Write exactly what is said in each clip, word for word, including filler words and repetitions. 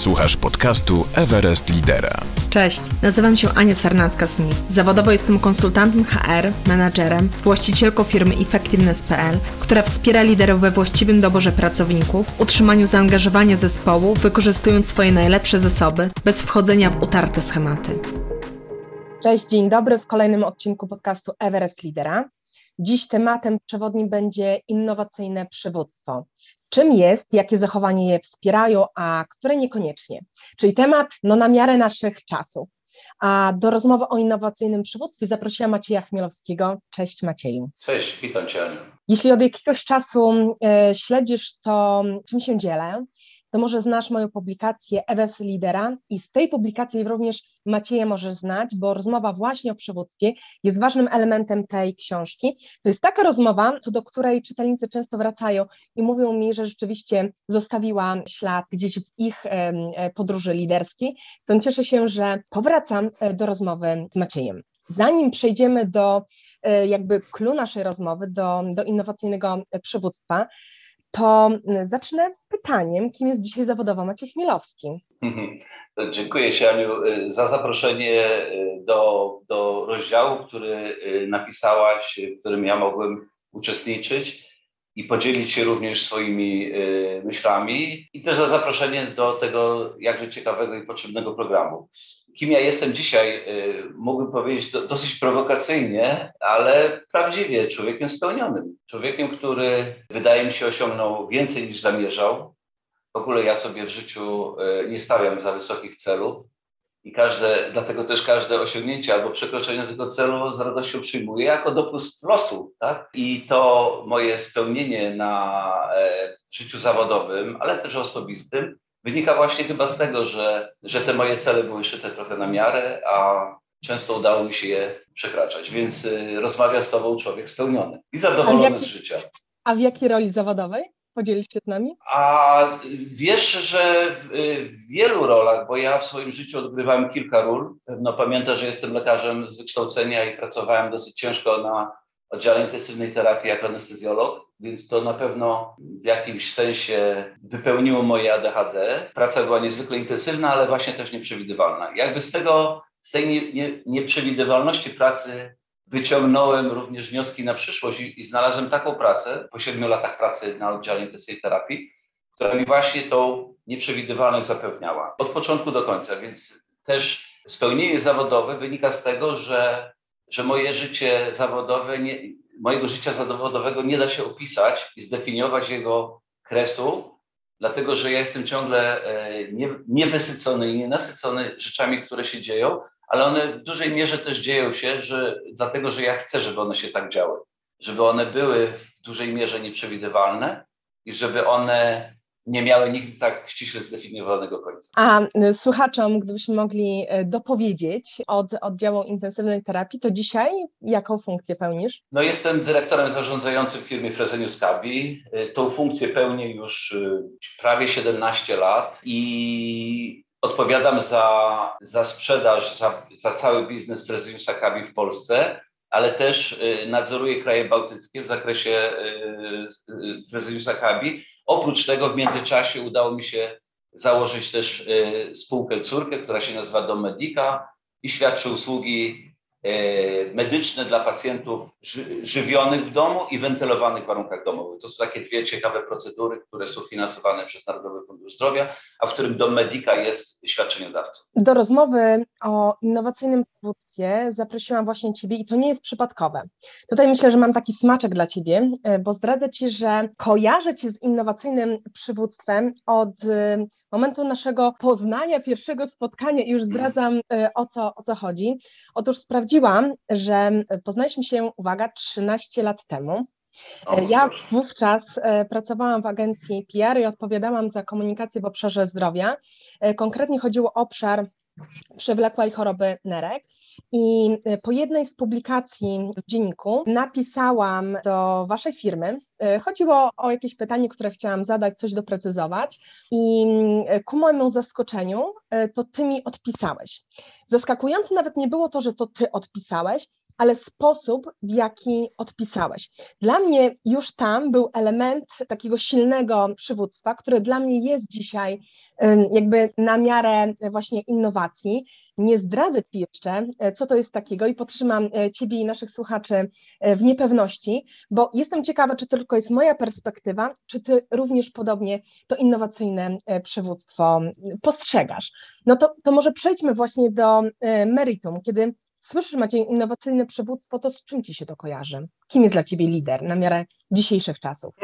Słuchasz podcastu Everest Lidera. Cześć, nazywam się Ania Sarnacka-Smith. Zawodowo jestem konsultantem H R, menadżerem, właścicielką firmy Effectiveness kropka p l, która wspiera liderów we właściwym doborze pracowników, utrzymaniu zaangażowania zespołu, wykorzystując swoje najlepsze zasoby, bez wchodzenia w utarte schematy. Cześć, dzień dobry w kolejnym odcinku podcastu Everest Lidera. Dziś tematem przewodnim będzie innowacyjne przywództwo. Czym jest, jakie zachowania je wspierają, a które niekoniecznie. Czyli temat no, na miarę naszych czasów. A do rozmowy o innowacyjnym przywództwie zaprosiłam Macieja Chmielowskiego. Cześć Macieju. Cześć, witam Cię Aniu. Jeśli od jakiegoś czasu e, śledzisz to, czym się dzielę, to może znasz moją publikację Everest Lidera i z tej publikacji również Macieja możesz znać, bo rozmowa właśnie o przywództwie jest ważnym elementem tej książki. To jest taka rozmowa, co do której czytelnicy często wracają i mówią mi, że rzeczywiście zostawiła ślad gdzieś w ich e, podróży liderskiej. Stąd cieszę się, że powracam do rozmowy z Maciejem. Zanim przejdziemy do e, jakby clou naszej rozmowy, do, do innowacyjnego przywództwa, to zacznę pytaniem, kim jest dzisiaj zawodowo Maciej Chmielowski. Dziękuję Ci, Aniu, za zaproszenie do, do rozdziału, który napisałaś, w którym ja mogłem uczestniczyć i podzielić się również swoimi myślami i też za zaproszenie do tego jakże ciekawego i potrzebnego programu. Kim ja jestem dzisiaj, mógłbym powiedzieć do, dosyć prowokacyjnie, ale prawdziwie człowiekiem spełnionym. Człowiekiem, który wydaje mi się osiągnął więcej niż zamierzał. W ogóle ja sobie w życiu nie stawiam za wysokich celów i każde, dlatego też każde osiągnięcie albo przekroczenie tego celu z radością przyjmuję jako dopust losu. Tak? I to moje spełnienie na e, życiu zawodowym, ale też osobistym, wynika właśnie chyba z tego, że, że te moje cele były szyte trochę na miarę, a często udało mi się je przekraczać. Więc y, rozmawia z Tobą człowiek spełniony i zadowolony jak, z życia. A w jakiej roli zawodowej? Podzielisz się z nami? A wiesz, że w, w wielu rolach, bo ja w swoim życiu odgrywałem kilka ról. No pamiętasz, że jestem lekarzem z wykształcenia i pracowałem dosyć ciężko na oddziale intensywnej terapii jako anestezjolog, więc to na pewno w jakimś sensie wypełniło moje A D H D. Praca była niezwykle intensywna, ale właśnie też nieprzewidywalna. Jakby z tego, z tej nie, nie, nieprzewidywalności pracy wyciągnąłem również wnioski na przyszłość i, i znalazłem taką pracę po siedmiu latach pracy na oddziale intensywnej terapii, która mi właśnie tą nieprzewidywalność zapewniała od początku do końca, więc też spełnienie zawodowe wynika z tego, że, że moje życie zawodowe, nie, mojego życia zawodowego nie da się opisać i zdefiniować jego kresu, dlatego że ja jestem ciągle e, nie, niewysycony i nienasycony rzeczami, które się dzieją, ale one w dużej mierze też dzieją się, że, dlatego że ja chcę, żeby one się tak działy, żeby one były w dużej mierze nieprzewidywalne i żeby one nie miały nigdy tak ściśle zdefiniowanego końca. A słuchaczom, gdybyśmy mogli dopowiedzieć od oddziału intensywnej terapii, to dzisiaj jaką funkcję pełnisz? No jestem dyrektorem zarządzającym w firmie Fresenius Kabi. Tą funkcję pełnię już prawie siedemnaście lat i odpowiadam za, za sprzedaż, za, za cały biznes Freseniusa Kabi w Polsce, ale też nadzoruję kraje bałtyckie w zakresie Freseniusa Kabi. Oprócz tego w międzyczasie udało mi się założyć też spółkę córkę, która się nazywa Dom Medica i świadczy usługi medyczne dla pacjentów ży- żywionych w domu i wentylowanych w warunkach domowych. To są takie dwie ciekawe procedury, które są finansowane przez Narodowy Fundusz Zdrowia, a w którym Dom Medica jest świadczeniodawcą. Do rozmowy o innowacyjnym przywództwie zaprosiłam właśnie Ciebie i to nie jest przypadkowe. Tutaj myślę, że mam taki smaczek dla Ciebie, bo zdradzę Ci, że kojarzę Cię z innowacyjnym przywództwem od momentu naszego poznania, pierwszego spotkania i już zdradzam, o co, o co chodzi. Otóż sprawdziłam, że poznaliśmy się, uwaga, trzynaście lat temu. O, ja wówczas pracowałam w agencji P R i odpowiadałam za komunikację w obszarze zdrowia. Konkretnie chodziło o obszar przewlekłej choroby nerek. I po jednej z publikacji w dzienniku napisałam do Waszej firmy, chodziło o jakieś pytanie, które chciałam zadać, coś doprecyzować i ku mojemu zaskoczeniu to Ty mi odpisałeś. Zaskakujące nawet nie było to, że to Ty odpisałeś, ale sposób, w jaki odpisałeś. Dla mnie już tam był element takiego silnego przywództwa, które dla mnie jest dzisiaj jakby na miarę właśnie innowacji. Nie zdradzę Ci jeszcze, co to jest takiego i podtrzymam Ciebie i naszych słuchaczy w niepewności, bo jestem ciekawa, czy to tylko jest moja perspektywa, czy Ty również podobnie to innowacyjne przywództwo postrzegasz. No to, to może przejdźmy właśnie do meritum. Kiedy słyszysz, Maciej, innowacyjne przywództwo, to z czym Ci się to kojarzy? Kim jest dla Ciebie lider na miarę dzisiejszych czasów?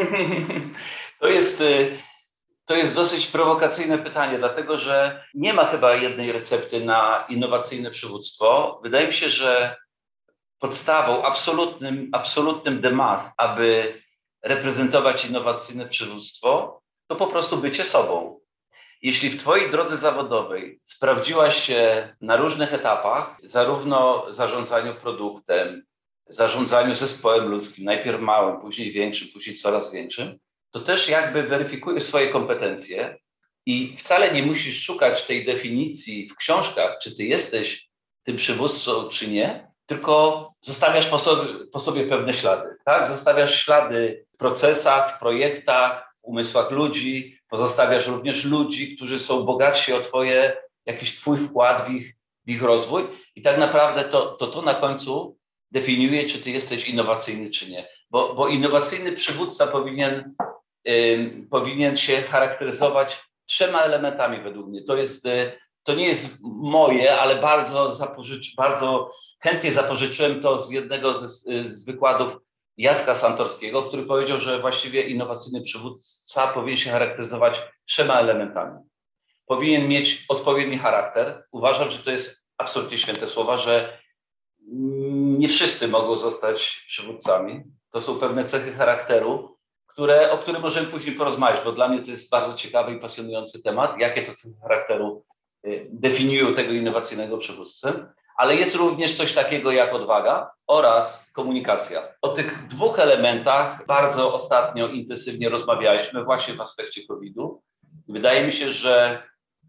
To jest... To jest dosyć prowokacyjne pytanie, dlatego że nie ma chyba jednej recepty na innowacyjne przywództwo. Wydaje mi się, że podstawą, absolutnym, absolutnym de mas, aby reprezentować innowacyjne przywództwo, to po prostu bycie sobą. Jeśli w Twojej drodze zawodowej sprawdziłaś się na różnych etapach, zarówno zarządzaniu produktem, zarządzaniu zespołem ludzkim, najpierw małym, później większym, później coraz większym, to też jakby weryfikujesz swoje kompetencje i wcale nie musisz szukać tej definicji w książkach, czy ty jesteś tym przywódcą, czy nie, tylko zostawiasz po sobie, po sobie pewne ślady, tak? Zostawiasz ślady w procesach, w projektach, w umysłach ludzi, pozostawiasz również ludzi, którzy są bogatsi o twoje, jakiś twój wkład w ich, w ich rozwój i tak naprawdę to, to to na końcu definiuje, czy ty jesteś innowacyjny, czy nie. Bo, bo innowacyjny przywódca powinien powinien się charakteryzować trzema elementami według mnie. To jest, to nie jest moje, ale bardzo, zapożycz, bardzo chętnie zapożyczyłem to z jednego z, z wykładów Jacka Santorskiego, który powiedział, że właściwie innowacyjny przywódca powinien się charakteryzować trzema elementami. Powinien mieć odpowiedni charakter. Uważam, że to jest absolutnie święte słowa, że nie wszyscy mogą zostać przywódcami. To są pewne cechy charakteru, Które, o którym możemy później porozmawiać, bo dla mnie to jest bardzo ciekawy i pasjonujący temat, jakie to cechy charakteru definiują tego innowacyjnego przywódcę, ale jest również coś takiego jak odwaga oraz komunikacja. O tych dwóch elementach bardzo ostatnio intensywnie rozmawialiśmy właśnie w aspekcie kowida. Wydaje mi się, że,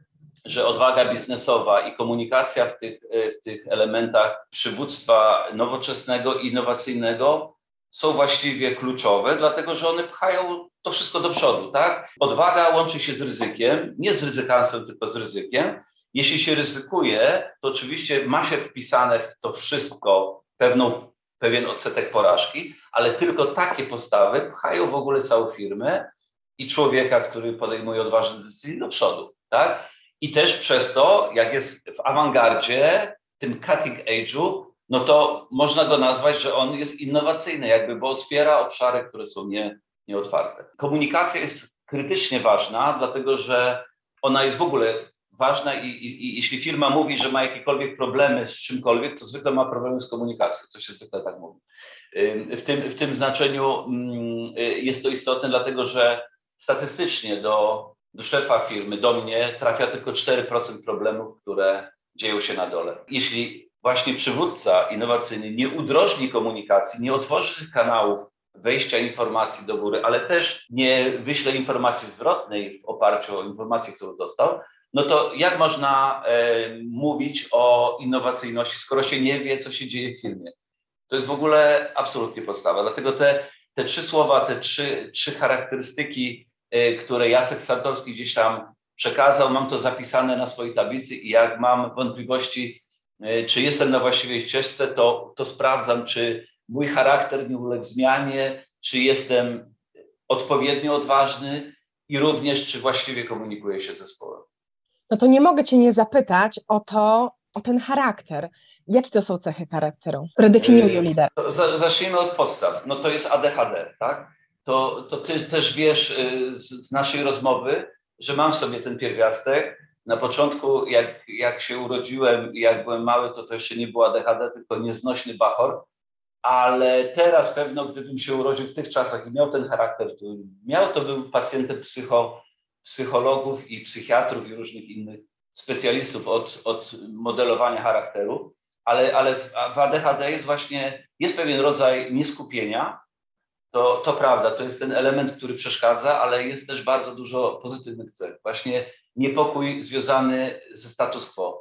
że odwaga biznesowa i komunikacja w tych, w tych elementach przywództwa nowoczesnego i innowacyjnego są właściwie kluczowe, dlatego że one pchają to wszystko do przodu, tak? Odwaga łączy się z ryzykiem, nie z ryzykancją, tylko z ryzykiem. Jeśli się ryzykuje, to oczywiście ma się wpisane w to wszystko pewną, pewien odsetek porażki, ale tylko takie postawy pchają w ogóle całą firmę i człowieka, który podejmuje odważne decyzje do przodu, tak? I też przez to, jak jest w awangardzie, tym cutting edge'u, no to można go nazwać, że on jest innowacyjny, jakby, bo otwiera obszary, które są nie, nieotwarte. Komunikacja jest krytycznie ważna, dlatego że ona jest w ogóle ważna i, i, i jeśli firma mówi, że ma jakiekolwiek problemy z czymkolwiek, to zwykle ma problemy z komunikacją. To się zwykle tak mówi. W tym, w tym znaczeniu jest to istotne, dlatego że statystycznie do, do szefa firmy, do mnie trafia tylko cztery procent problemów, które dzieją się na dole. Jeśli właśnie przywódca innowacyjny nie udrożni komunikacji, nie otworzy tych kanałów wejścia informacji do góry, ale też nie wyśle informacji zwrotnej w oparciu o informację, którą dostał, no to jak można e, mówić o innowacyjności, skoro się nie wie, co się dzieje w firmie? To jest w ogóle absolutnie podstawa. Dlatego te, te trzy słowa, te trzy, trzy charakterystyki, e, które Jacek Santorski gdzieś tam przekazał, mam to zapisane na swojej tablicy i jak mam wątpliwości, e, czy jestem na właściwej ścieżce, to, to sprawdzam, czy mój charakter nie uległ zmianie, czy jestem odpowiednio odważny i również, czy właściwie komunikuję się z zespołem. No to nie mogę Cię nie zapytać o to, o ten charakter. Jakie to są cechy charakteru, które definiują lidera? Zacznijmy od podstaw. No to jest A D H D, tak? To, to Ty też wiesz z, z naszej rozmowy, że mam w sobie ten pierwiastek. Na początku, jak, jak się urodziłem i jak byłem mały, to to jeszcze nie było A D H D, tylko nieznośny bachor. Ale teraz pewno, gdybym się urodził w tych czasach i miał ten charakter, który miał, to był pacjentem psycho, psychologów i psychiatrów i różnych innych specjalistów od, od modelowania charakteru, ale, ale w, w A D H D jest właśnie, jest pewien rodzaj nieskupienia, to, to prawda, to jest ten element, który przeszkadza, ale jest też bardzo dużo pozytywnych cech. Właśnie niepokój związany ze status quo.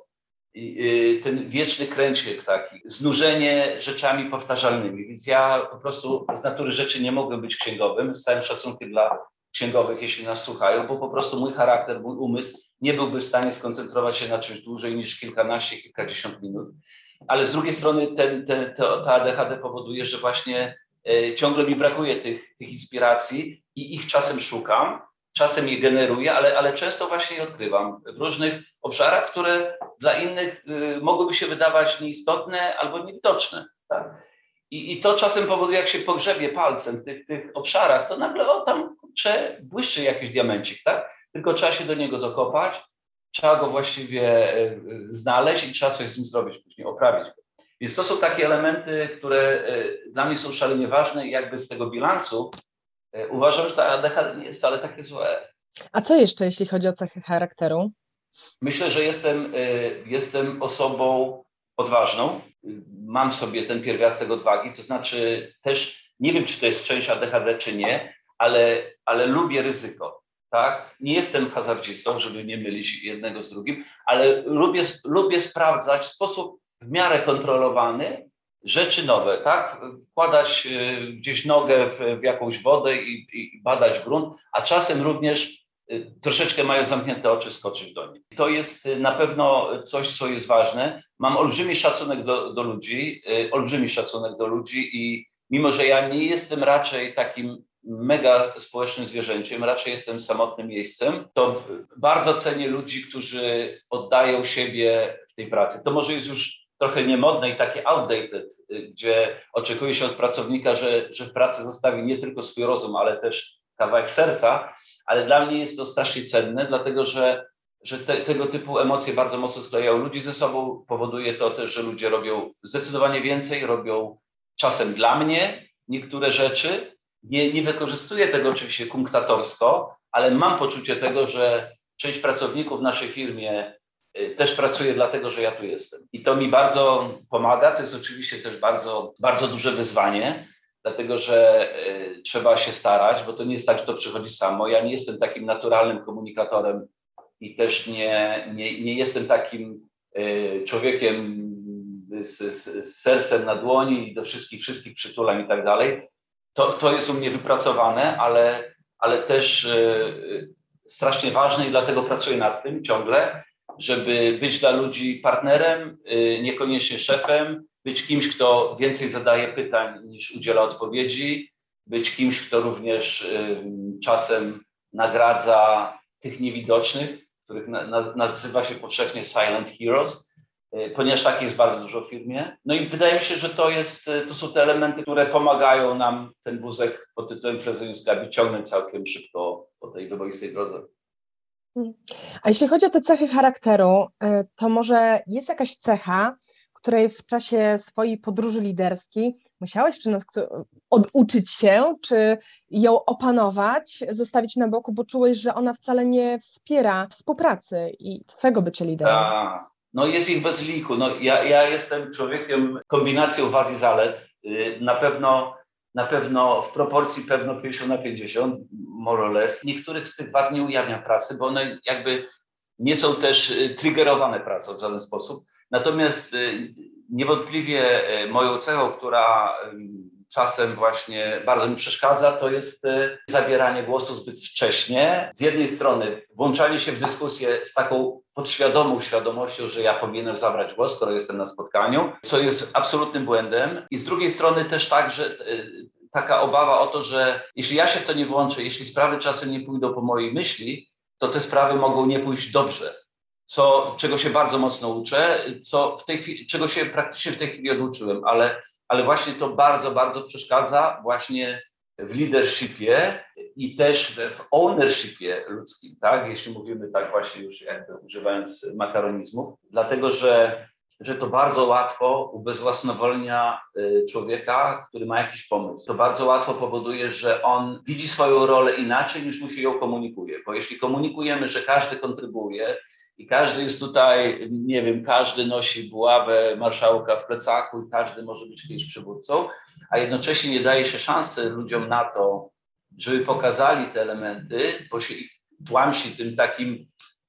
ten wieczny kręciek taki, znużenie rzeczami powtarzalnymi. Więc ja po prostu z natury rzeczy nie mogłem być księgowym, z całym szacunkiem dla księgowych, jeśli nas słuchają, bo po prostu mój charakter, mój umysł nie byłby w stanie skoncentrować się na czymś dłużej niż kilkanaście, kilkadziesiąt minut. Ale z drugiej strony ten, ten, to, ta A D H D powoduje, że właśnie e, ciągle mi brakuje tych, tych inspiracji i ich czasem szukam, czasem je generuję, ale, ale często właśnie je odkrywam w różnych obszarach, które dla innych y, mogłyby się wydawać nieistotne albo niewidoczne. Tak? I, I to czasem powoduje, jak się pogrzebie palcem w tych, tych obszarach, to nagle o tam kurczę, błyszczy jakiś diamencik, tak? Tylko trzeba się do niego dokopać, trzeba go właściwie y, znaleźć i trzeba coś z nim zrobić, później oprawić go. Więc to są takie elementy, które y, dla mnie są szalenie ważne i jakby z tego bilansu y, uważam, że ta A D H D nie jest wcale takie złe. A co jeszcze, jeśli chodzi o cechy charakteru? Myślę, że jestem, jestem osobą odważną. Mam w sobie ten pierwiastek odwagi, to znaczy też nie wiem, czy to jest część A D H D, czy nie, ale, ale lubię ryzyko. Tak? Nie jestem hazardzistą, żeby nie mylić jednego z drugim, ale lubię, lubię sprawdzać w sposób w miarę kontrolowany rzeczy nowe, tak? Wkładać gdzieś nogę w, w jakąś wodę i, i badać grunt, a czasem również troszeczkę mają zamknięte oczy, skoczyć do niej. To jest na pewno coś, co jest ważne. Mam olbrzymi szacunek do, do ludzi, olbrzymi szacunek do ludzi i mimo, że ja nie jestem raczej takim mega społecznym zwierzęciem, raczej jestem samotnym jeźdźcem, to bardzo cenię ludzi, którzy oddają siebie w tej pracy. To może jest już trochę niemodne i takie outdated, gdzie oczekuje się od pracownika, że, że w pracy zostawi nie tylko swój rozum, ale też kawałek serca, ale dla mnie jest to strasznie cenne, dlatego że, że te, tego typu emocje bardzo mocno sklejają ludzi ze sobą. Powoduje to też, że ludzie robią zdecydowanie więcej, robią czasem dla mnie niektóre rzeczy. Nie, nie wykorzystuję tego oczywiście kunktatorsko, ale mam poczucie tego, że część pracowników w naszej firmie też pracuje dlatego, że ja tu jestem. I to mi bardzo pomaga. To jest oczywiście też bardzo, bardzo duże wyzwanie, dlatego że y, trzeba się starać, bo to nie jest tak, że to przychodzi samo. Ja nie jestem takim naturalnym komunikatorem i też nie, nie, nie jestem takim y, człowiekiem z, z, z sercem na dłoni i do wszystkich, wszystkich przytulam i tak dalej. To, to jest u mnie wypracowane, ale, ale też y, strasznie ważne i dlatego pracuję nad tym ciągle, żeby być dla ludzi partnerem, y, niekoniecznie szefem, być kimś, kto więcej zadaje pytań niż udziela odpowiedzi, być kimś, kto również y, czasem nagradza tych niewidocznych, których na, na, nazywa się powszechnie silent heroes, y, ponieważ tak jest bardzo dużo w firmie. No i wydaje mi się, że to, jest, y, to są te elementy, które pomagają nam ten wózek pod tytułem Fresenius Kabi ciągnąć całkiem szybko po tej wyboistej drodze. A jeśli chodzi o te cechy charakteru, y, to może jest jakaś cecha, której w czasie swojej podróży liderskiej musiałeś czy nad, oduczyć się, czy ją opanować, zostawić na boku, bo czułeś, że ona wcale nie wspiera współpracy i twojego bycia liderem? Ta, no jest ich bez liku. No ja, ja jestem człowiekiem kombinacją wad i zalet. Na pewno, na pewno w proporcji pewno pięćdziesiąt na pięćdziesiąt, more or less. Niektórych z tych wad nie ujawniam pracy, bo one jakby nie są też triggerowane pracą w żaden sposób. Natomiast niewątpliwie moją cechą, która czasem właśnie bardzo mi przeszkadza, to jest zabieranie głosu zbyt wcześnie. Z jednej strony włączanie się w dyskusję z taką podświadomą świadomością, że ja powinienem zabrać głos, skoro jestem na spotkaniu, co jest absolutnym błędem. I z drugiej strony też tak, że taka obawa o to, że jeśli ja się w to nie włączę, jeśli sprawy czasem nie pójdą po mojej myśli, to te sprawy mogą nie pójść dobrze. Co, czego się bardzo mocno uczę, co w tej chwili, czego się praktycznie w tej chwili oduczyłem, ale, ale właśnie to bardzo, bardzo przeszkadza właśnie w leadershipie i też w ownershipie ludzkim, tak? Jeśli mówimy tak właśnie już jakby używając makaronizmów, dlatego że, że to bardzo łatwo ubezwłasnowolnia człowieka, który ma jakiś pomysł. To bardzo łatwo powoduje, że on widzi swoją rolę inaczej niż mu się ją komunikuje, bo jeśli komunikujemy, że każdy kontrybuuje i każdy jest tutaj, nie wiem, każdy nosi buławę marszałka w plecaku i każdy może być jakimś przywódcą, a jednocześnie nie daje się szansy ludziom na to, żeby pokazali te elementy, bo się ich tłamsi tym takim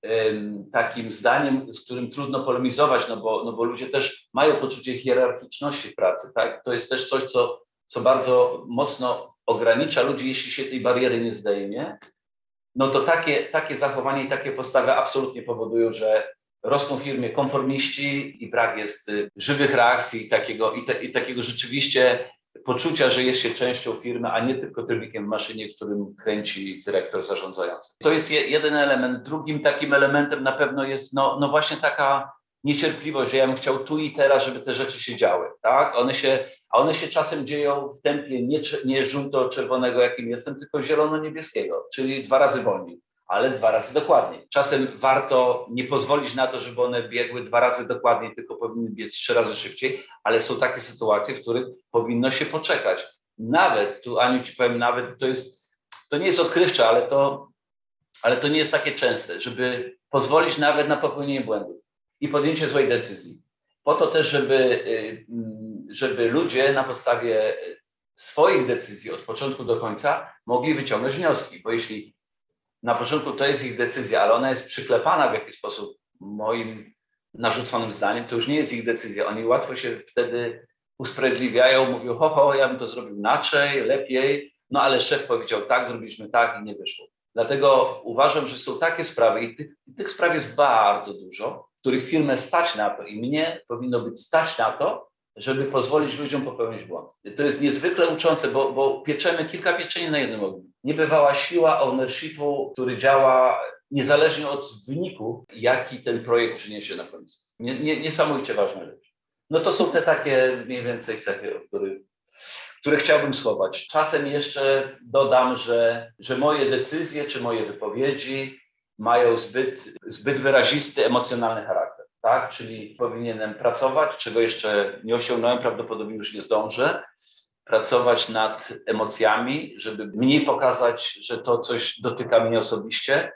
takim zdaniem, z którym trudno polemizować, no bo, no bo ludzie też mają poczucie hierarchiczności w pracy, tak? To jest też coś, co, co bardzo mocno ogranicza ludzi, jeśli się tej bariery nie zdejmie, no to takie, takie zachowanie i takie postawy absolutnie powodują, że rosną w firmie konformiści i brak jest żywych reakcji i takiego, i, te, i takiego rzeczywiście poczucia, że jest się częścią firmy, a nie tylko tylnikiem w maszynie, którym kręci dyrektor zarządzający. To jest je, jeden element. Drugim takim elementem na pewno jest no, no właśnie taka niecierpliwość, że ja bym chciał tu i teraz, żeby te rzeczy się działy. Tak? One się, a one się czasem dzieją w tempie nie, nie żółto-czerwonego, jakim jestem, tylko zielono-niebieskiego, czyli dwa razy wolniej, ale dwa razy dokładniej. Czasem warto nie pozwolić na to, żeby one biegły dwa razy dokładniej, tylko powinny biec trzy razy szybciej, ale są takie sytuacje, w których powinno się poczekać. Nawet, tu Aniu ci powiem, nawet to jest, to nie jest odkrywcze, ale to, ale to nie jest takie częste, żeby pozwolić nawet na popełnienie błędów i podjęcie złej decyzji. Po to też, żeby, żeby ludzie na podstawie swoich decyzji od początku do końca mogli wyciągnąć wnioski, bo jeśli na początku to jest ich decyzja, ale ona jest przyklepana w jakiś sposób moim narzuconym zdaniem, to już nie jest ich decyzja. Oni łatwo się wtedy usprawiedliwiają, mówią, ho, ho, ja bym to zrobił inaczej, lepiej, no ale szef powiedział tak, zrobiliśmy tak i nie wyszło. Dlatego uważam, że są takie sprawy i tych, i tych spraw jest bardzo dużo, w których firmę stać na to i mnie powinno być stać na to, żeby pozwolić ludziom popełnić błąd. To jest niezwykle uczące, bo, bo pieczemy kilka pieczeni na jednym ogniu. Niebywała siła ownershipu, który działa niezależnie od wyniku, jaki ten projekt przyniesie na końcu. Nie, nie, niesamowicie ważna rzecz. No to są te takie mniej więcej cechy, o których, które chciałbym schować. Czasem jeszcze dodam, że, że moje decyzje czy moje wypowiedzi mają zbyt, zbyt wyrazisty emocjonalny charakter. Tak, czyli powinienem pracować, czego jeszcze nie osiągnąłem, prawdopodobnie już nie zdążę, pracować nad emocjami, żeby mniej pokazać, że to coś dotyka mnie osobiście,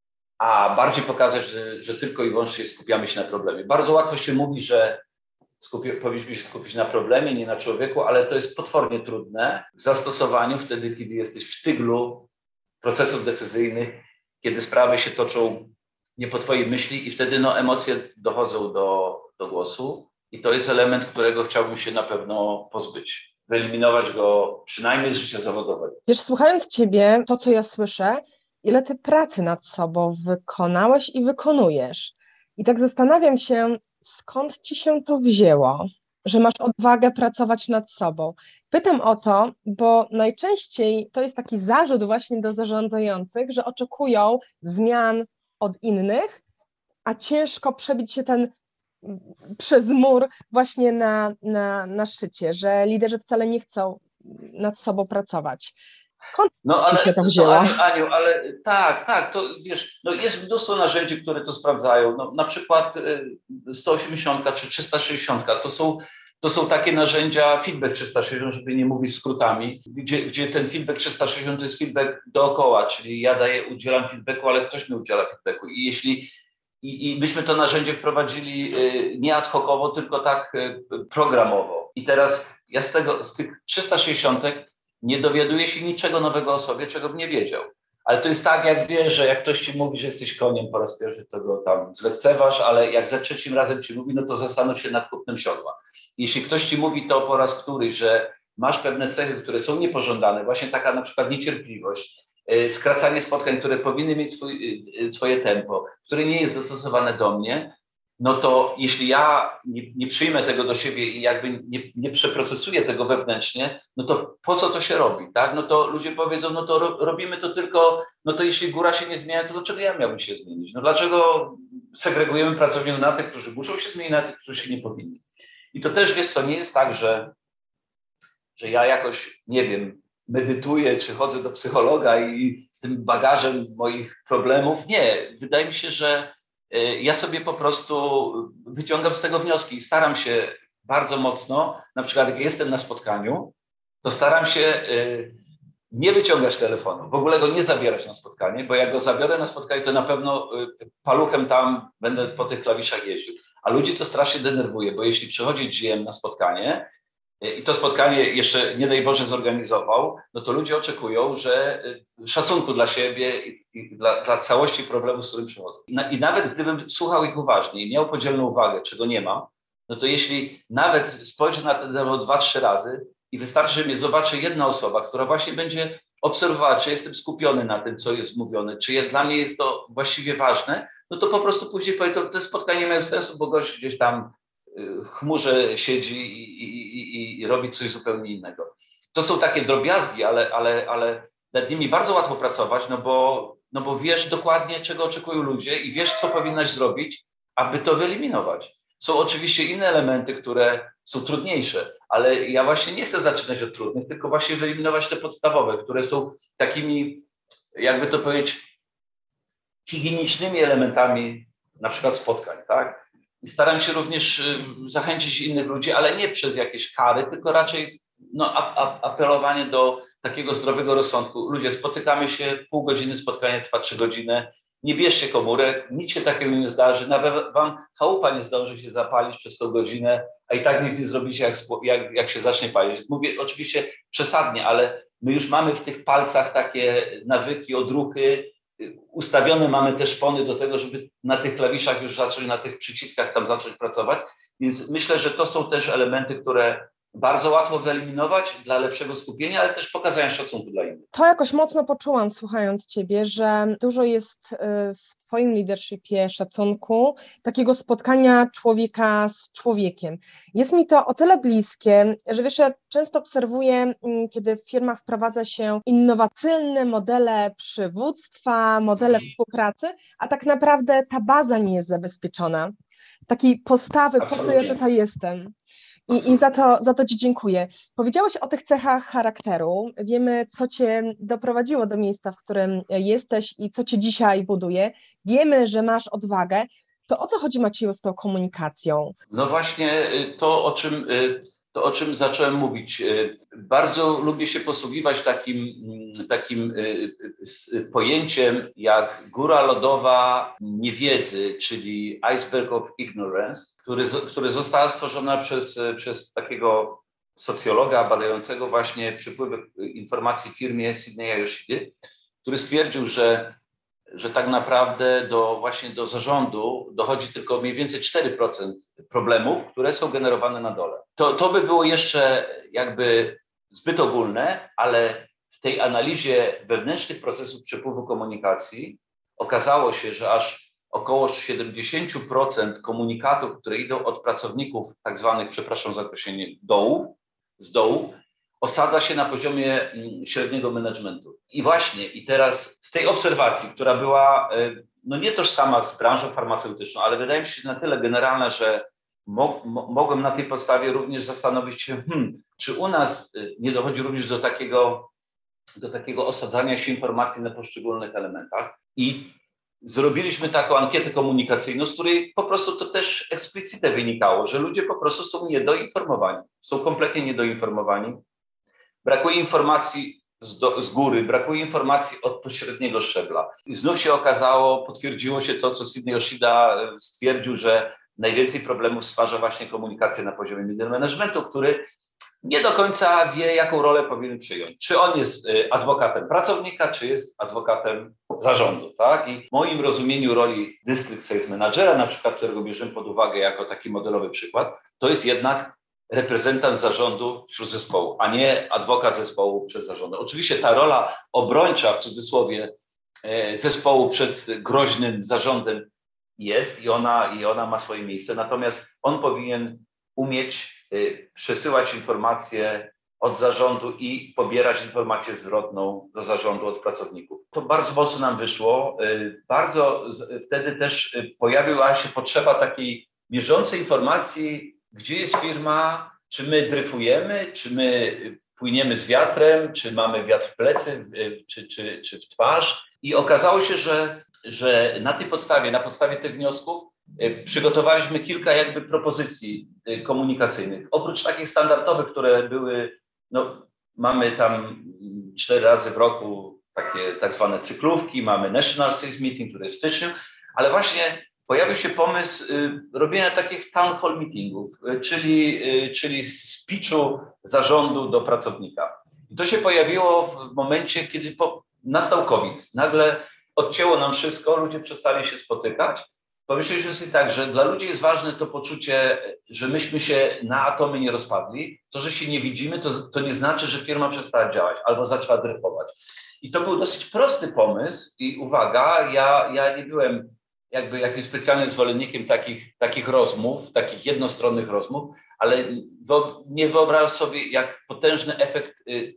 a bardziej pokazać, że, że tylko i wyłącznie skupiamy się na problemie. Bardzo łatwo się mówi, że skupi, powinniśmy się skupić na problemie, nie na człowieku, ale to jest potwornie trudne w zastosowaniu wtedy, kiedy jesteś w tyglu procesów decyzyjnych, kiedy sprawy się toczą nie po twojej myśli i wtedy no, emocje dochodzą do, do głosu i to jest element, którego chciałbym się na pewno pozbyć, wyeliminować go przynajmniej z życia zawodowego. Wiesz, słuchając ciebie, to co ja słyszę, ile ty pracy nad sobą wykonałeś i wykonujesz. I tak zastanawiam się, skąd ci się to wzięło, że masz odwagę pracować nad sobą. Pytam o to, bo najczęściej to jest taki zarzut właśnie do zarządzających, że oczekują zmian od innych, a ciężko przebić się ten przez mur właśnie na, na, na szczycie, że liderzy wcale nie chcą nad sobą pracować. Skąd no, ci ale, się to no, wzięło? Aniu, Aniu, ale tak, tak, to wiesz, no jest mnóstwo narzędzi, które to sprawdzają. No, na przykład sto osiemdziesiąt czy trzysta sześćdziesiąt to są To są takie narzędzia feedback trzysta sześćdziesiąt, żeby nie mówić skrótami, gdzie, gdzie ten feedback trzysta sześćdziesiąt to jest feedback dookoła, czyli ja daję, udzielam feedbacku, ale ktoś mi udziela feedbacku. I jeśli i, i myśmy to narzędzie wprowadzili nie ad hocowo, tylko tak programowo. I teraz ja z tego, z tych trzysta sześćdziesiąt nie dowiaduję się niczego nowego o sobie, czego bym nie wiedział. Ale to jest tak, jak wiesz, że jak ktoś ci mówi, że jesteś koniem po raz pierwszy, to go tam zlekceważ, ale jak za trzecim razem ci mówi, no to zastanów się nad kupnem siodła. Jeśli ktoś ci mówi to po raz któryś, że masz pewne cechy, które są niepożądane, właśnie taka na przykład niecierpliwość, yy, skracanie spotkań, które powinny mieć swój, yy, swoje tempo, które nie jest dostosowane do mnie, no to jeśli ja nie, nie przyjmę tego do siebie i jakby nie, nie przeprocesuję tego wewnętrznie, no to po co to się robi, tak? No to ludzie powiedzą, no to ro, robimy to tylko, no to jeśli góra się nie zmienia, to dlaczego ja miałbym się zmienić? No dlaczego segregujemy pracowników na tych, którzy muszą się zmienić, na tych, którzy się nie powinni? I to też, wiesz co, nie jest tak, że, że ja jakoś, nie wiem, medytuję, czy chodzę do psychologa i z tym bagażem moich problemów. Nie, wydaje mi się, że ja sobie po prostu wyciągam z tego wnioski i staram się bardzo mocno, na przykład jak jestem na spotkaniu, to staram się nie wyciągać telefonu, w ogóle go nie zabierać na spotkanie, bo jak go zabiorę na spotkanie, to na pewno paluchem tam będę po tych klawiszach jeździł. A ludzi to strasznie denerwuje, bo jeśli przychodzi G M na spotkanie i to spotkanie jeszcze nie daj Boże zorganizował, no to ludzie oczekują, że szacunku dla siebie i, i dla, dla całości problemu, z którym przychodzą. I, na, I nawet gdybym słuchał ich uważnie i miał podzielną uwagę, czego nie mam, no to jeśli nawet spojrzę na ten temat dwa, trzy razy i wystarczy, że mnie zobaczy jedna osoba, która właśnie będzie obserwowała, czy jestem skupiony na tym, co jest mówione, czy jest, dla mnie jest to właściwie ważne, no to po prostu później powiem, to te spotkanie mają sensu, bo gość gdzieś tam w chmurze siedzi i, i, i, i robi coś zupełnie innego. To są takie drobiazgi, ale, ale, ale nad nimi bardzo łatwo pracować, no bo, no bo wiesz dokładnie, czego oczekują ludzie i wiesz, co powinnaś zrobić, aby to wyeliminować. Są oczywiście inne elementy, które są trudniejsze, ale ja właśnie nie chcę zaczynać od trudnych, tylko właśnie wyeliminować te podstawowe, które są takimi, jakby to powiedzieć, higienicznymi elementami na przykład spotkań, tak? I staram się również zachęcić innych ludzi, ale nie przez jakieś kary, tylko raczej no, a, a, apelowanie do takiego zdrowego rozsądku. Ludzie, spotykamy się, pół godziny, spotkanie trwa trzy godziny, nie bierzcie komórek, nic się takiego nie zdarzy, nawet wam chałupa nie zdąży się zapalić przez tą godzinę, a i tak nic nie zrobicie, jak, jak, jak się zacznie palić. Mówię oczywiście przesadnie, ale my już mamy w tych palcach takie nawyki, odruchy, ustawione mamy te szpony do tego, żeby na tych klawiszach już zacząć, na tych przyciskach tam zacząć pracować, więc myślę, że to są też elementy, które bardzo łatwo wyeliminować dla lepszego skupienia, ale też pokazania szacunku dla innych. To jakoś mocno poczułam, słuchając Ciebie, że dużo jest w Twoim leadershipie szacunku, takiego spotkania człowieka z człowiekiem. Jest mi to o tyle bliskie, że wiesz, ja często obserwuję, kiedy w firmach wprowadza się innowacyjne modele przywództwa, modele współpracy, a tak naprawdę ta baza nie jest zabezpieczona. Takiej postawy, po co ja tutaj jestem. I, i za, to, za to Ci dziękuję. Powiedziałeś o tych cechach charakteru. Wiemy, co Cię doprowadziło do miejsca, w którym jesteś i co Cię dzisiaj buduje. Wiemy, że masz odwagę. To o co chodzi, Macieju, z tą komunikacją? No właśnie to, o czym, to, o czym zacząłem mówić. Bardzo lubię się posługiwać takim, takim pojęciem jak góra lodowa niewiedzy, czyli iceberg of ignorance, który, który została stworzona przez, przez takiego socjologa badającego właśnie przepływy informacji w firmie Sidneya Yoshidy, który stwierdził, że że tak naprawdę do, właśnie do zarządu dochodzi tylko mniej więcej cztery procent problemów, które są generowane na dole. To, to by było jeszcze jakby zbyt ogólne, ale w tej analizie wewnętrznych procesów przepływu komunikacji okazało się, że aż około siedemdziesiąt procent komunikatów, które idą od pracowników tak zwanych, przepraszam za określenie, dołu, z dołu, osadza się na poziomie średniego managementu. I właśnie, i teraz z tej obserwacji, która była no nie tożsama z branżą farmaceutyczną, ale wydaje mi się na tyle generalna, że mo, mo, mogłem na tej podstawie również zastanowić się, hmm, czy u nas nie dochodzi również do takiego, do takiego osadzania się informacji na poszczególnych elementach. I zrobiliśmy taką ankietę komunikacyjną, z której po prostu to też eksplicite wynikało, że ludzie po prostu są niedoinformowani, są kompletnie niedoinformowani. Brakuje informacji z, do, z góry, brakuje informacji od pośredniego szczebla. I znów się okazało, potwierdziło się to, co Sidney Yoshida stwierdził, że najwięcej problemów stwarza właśnie komunikacja na poziomie middle managementu, który nie do końca wie, jaką rolę powinien przyjąć. Czy on jest adwokatem pracownika, czy jest adwokatem zarządu, tak? I w moim rozumieniu roli District Sales Managera, na przykład, którego bierzemy pod uwagę jako taki modelowy przykład, to jest jednak reprezentant zarządu wśród zespołu, a nie adwokat zespołu przed zarządem. Oczywiście ta rola obrończa, w cudzysłowie, zespołu przed groźnym zarządem jest i ona, i ona ma swoje miejsce, natomiast on powinien umieć przesyłać informacje od zarządu i pobierać informację zwrotną do zarządu od pracowników. To bardzo mocno nam wyszło. Bardzo wtedy też pojawiła się potrzeba takiej bieżącej informacji, gdzie jest firma, czy my dryfujemy, czy my płyniemy z wiatrem, czy mamy wiatr w plecy, czy, czy, czy w twarz. I okazało się, że, że na tej podstawie, na podstawie tych wniosków przygotowaliśmy kilka jakby propozycji komunikacyjnych. Oprócz takich standardowych, które były, no mamy tam cztery razy w roku takie tak zwane cyklówki, mamy National Sales Meeting, który jest w styczniu, ale właśnie pojawił się pomysł robienia takich town hall meetingów, czyli, czyli speechu zarządu do pracownika. I to się pojawiło w momencie, kiedy po, nastał COVID. Nagle odcięło nam wszystko, ludzie przestali się spotykać. Pomyśleliśmy sobie tak, że dla ludzi jest ważne to poczucie, że myśmy się na atomy nie rozpadli. To, że się nie widzimy, to, to nie znaczy, że firma przestała działać albo zaczęła dryfować. I to był dosyć prosty pomysł i uwaga, ja, ja nie byłem jakby jakimś specjalnym zwolennikiem takich, takich rozmów, takich jednostronnych rozmów, ale nie wyobrażam sobie, jak potężny efekt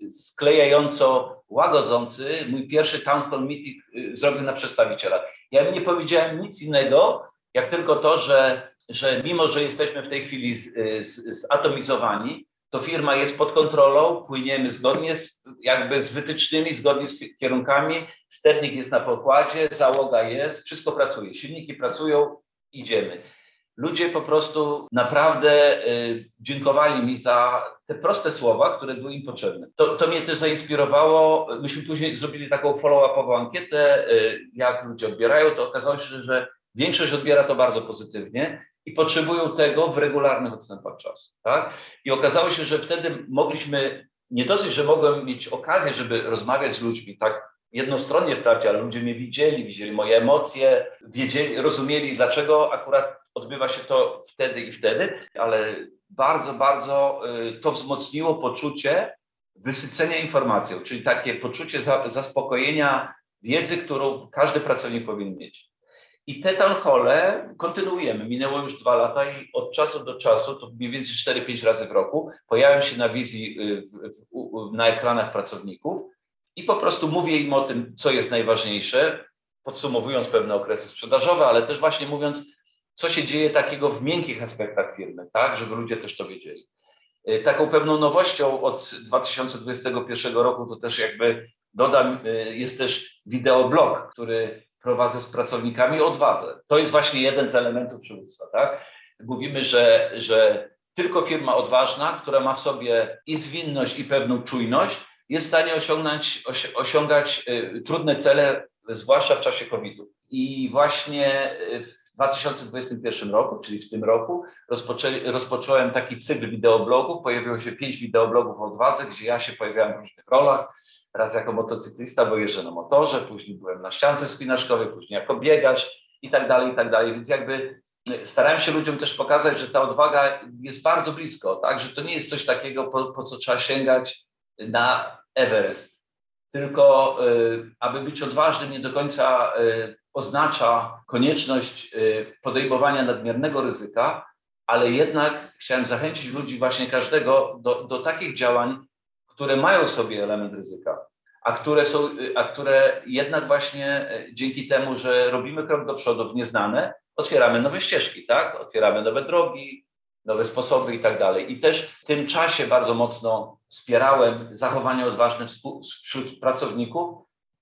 sklejająco łagodzący mój pierwszy town hall meeting zrobił na przedstawiciela. Ja nie powiedziałem nic innego, jak tylko to, że, że mimo, że jesteśmy w tej chwili z, z, zatomizowani, to firma jest pod kontrolą, płyniemy zgodnie z, jakby z wytycznymi, zgodnie z kierunkami, sternik jest na pokładzie, załoga jest, wszystko pracuje, silniki pracują, idziemy. Ludzie po prostu naprawdę y, dziękowali mi za te proste słowa, które były im potrzebne. To, to mnie też zainspirowało. Myśmy później zrobili taką follow-upową ankietę, y, jak ludzie odbierają. To okazało się, że większość odbiera to bardzo pozytywnie i potrzebują tego w regularnych odstępach czasu. Tak? I okazało się, że wtedy mogliśmy, nie dosyć, że mogłem mieć okazję, żeby rozmawiać z ludźmi tak jednostronnie wprawdzie, ale ludzie mnie widzieli, widzieli moje emocje, wiedzieli, rozumieli, dlaczego akurat odbywa się to wtedy i wtedy, ale bardzo, bardzo to wzmocniło poczucie wysycenia informacją, czyli takie poczucie zaspokojenia wiedzy, którą każdy pracownik powinien mieć. I te town halle kontynuujemy. Minęło już dwa lata i od czasu do czasu, to mniej więcej cztery pięć razy w roku, pojawiam się na wizji w, w, na ekranach pracowników i po prostu mówię im o tym, co jest najważniejsze, podsumowując pewne okresy sprzedażowe, ale też właśnie mówiąc, co się dzieje takiego w miękkich aspektach firmy, tak, żeby ludzie też to wiedzieli. Taką pewną nowością od dwa tysiące dwudziestego pierwszego roku, to też jakby dodam, jest też wideoblog, który prowadzę z pracownikami o odwadze. To jest właśnie jeden z elementów przywództwa, tak? Mówimy, że, że tylko firma odważna, która ma w sobie i zwinność, i pewną czujność, jest w stanie osiągnąć, osiągać trudne cele, zwłaszcza w czasie kowida. I właśnie w dwa tysiące dwudziestym pierwszym roku, czyli w tym roku, rozpocząłem taki cykl wideoblogów. Pojawiło się pięć wideoblogów o odwadze, gdzie ja się pojawiałem w różnych rolach. Raz jako motocyklista, bo jeżdżę na motorze, później byłem na ściance spinaczkowej, później jako biegacz i tak dalej, i tak dalej. Więc jakby starałem się ludziom też pokazać, że ta odwaga jest bardzo blisko, tak? Że to nie jest coś takiego, po, po co trzeba sięgać na Everest. Tylko y, aby być odważnym, nie do końca y, oznacza konieczność y, podejmowania nadmiernego ryzyka, ale jednak chciałem zachęcić ludzi, właśnie każdego, do, do takich działań, które mają w sobie element ryzyka, a które są, a które jednak właśnie dzięki temu, że robimy krok do przodu w nieznane, otwieramy nowe ścieżki, tak? Otwieramy nowe drogi, nowe sposoby i tak dalej. I też w tym czasie bardzo mocno wspierałem zachowanie odważne wśród pracowników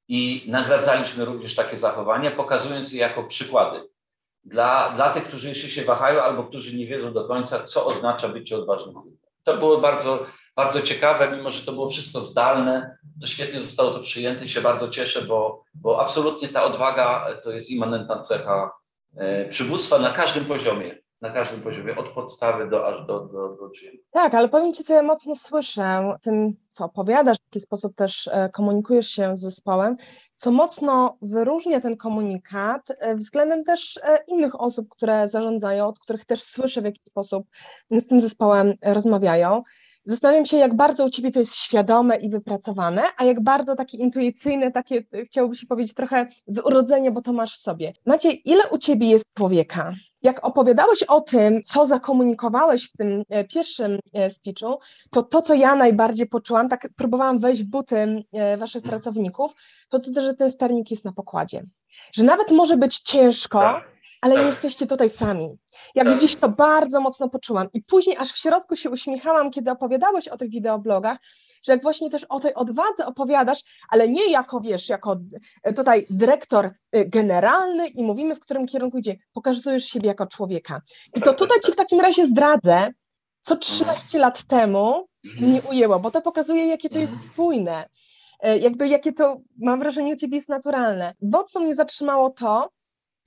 i nagradzaliśmy również takie zachowania, pokazując je jako przykłady dla, dla tych, którzy jeszcze się wahają albo którzy nie wiedzą do końca, co oznacza bycie odważnym. To było bardzo, bardzo ciekawe, mimo że to było wszystko zdalne, to świetnie zostało to przyjęte i się bardzo cieszę, bo, bo absolutnie ta odwaga to jest immanentna cecha e, przywództwa na każdym poziomie. Na każdym poziomie, od podstawy do aż do, do, do czynu. Tak, ale powiem Ci, co ja mocno słyszę w tym, co opowiadasz, w jaki sposób też e, komunikujesz się z zespołem, co mocno wyróżnia ten komunikat e, względem też e, innych osób, które zarządzają, od których też słyszę, w jaki sposób z tym zespołem rozmawiają. Zastanawiam się, jak bardzo u Ciebie to jest świadome i wypracowane, a jak bardzo takie intuicyjne, takie, chciałoby się powiedzieć, trochę z urodzenia, bo to masz w sobie. Maciej, ile u Ciebie jest człowieka? Jak opowiadałeś o tym, co zakomunikowałeś w tym pierwszym speechu, to to, co ja najbardziej poczułam, tak próbowałam wejść w buty waszych pracowników, to to, że ten sternik jest na pokładzie. Że nawet może być ciężko, ale nie jesteście tutaj sami. Jak gdzieś to bardzo mocno poczułam. I później aż w środku się uśmiechałam, kiedy opowiadałeś o tych wideoblogach, że jak właśnie też o tej odwadze opowiadasz, ale nie jako, wiesz, jako tutaj dyrektor generalny i mówimy, w którym kierunku idzie, pokazujesz siebie jako człowieka. I to tutaj Ci w takim razie zdradzę, co trzynaście lat temu mnie ujęło, bo to pokazuje, jakie to jest spójne, jakby jakie to, mam wrażenie, u Ciebie jest naturalne. Mocno mnie zatrzymało to,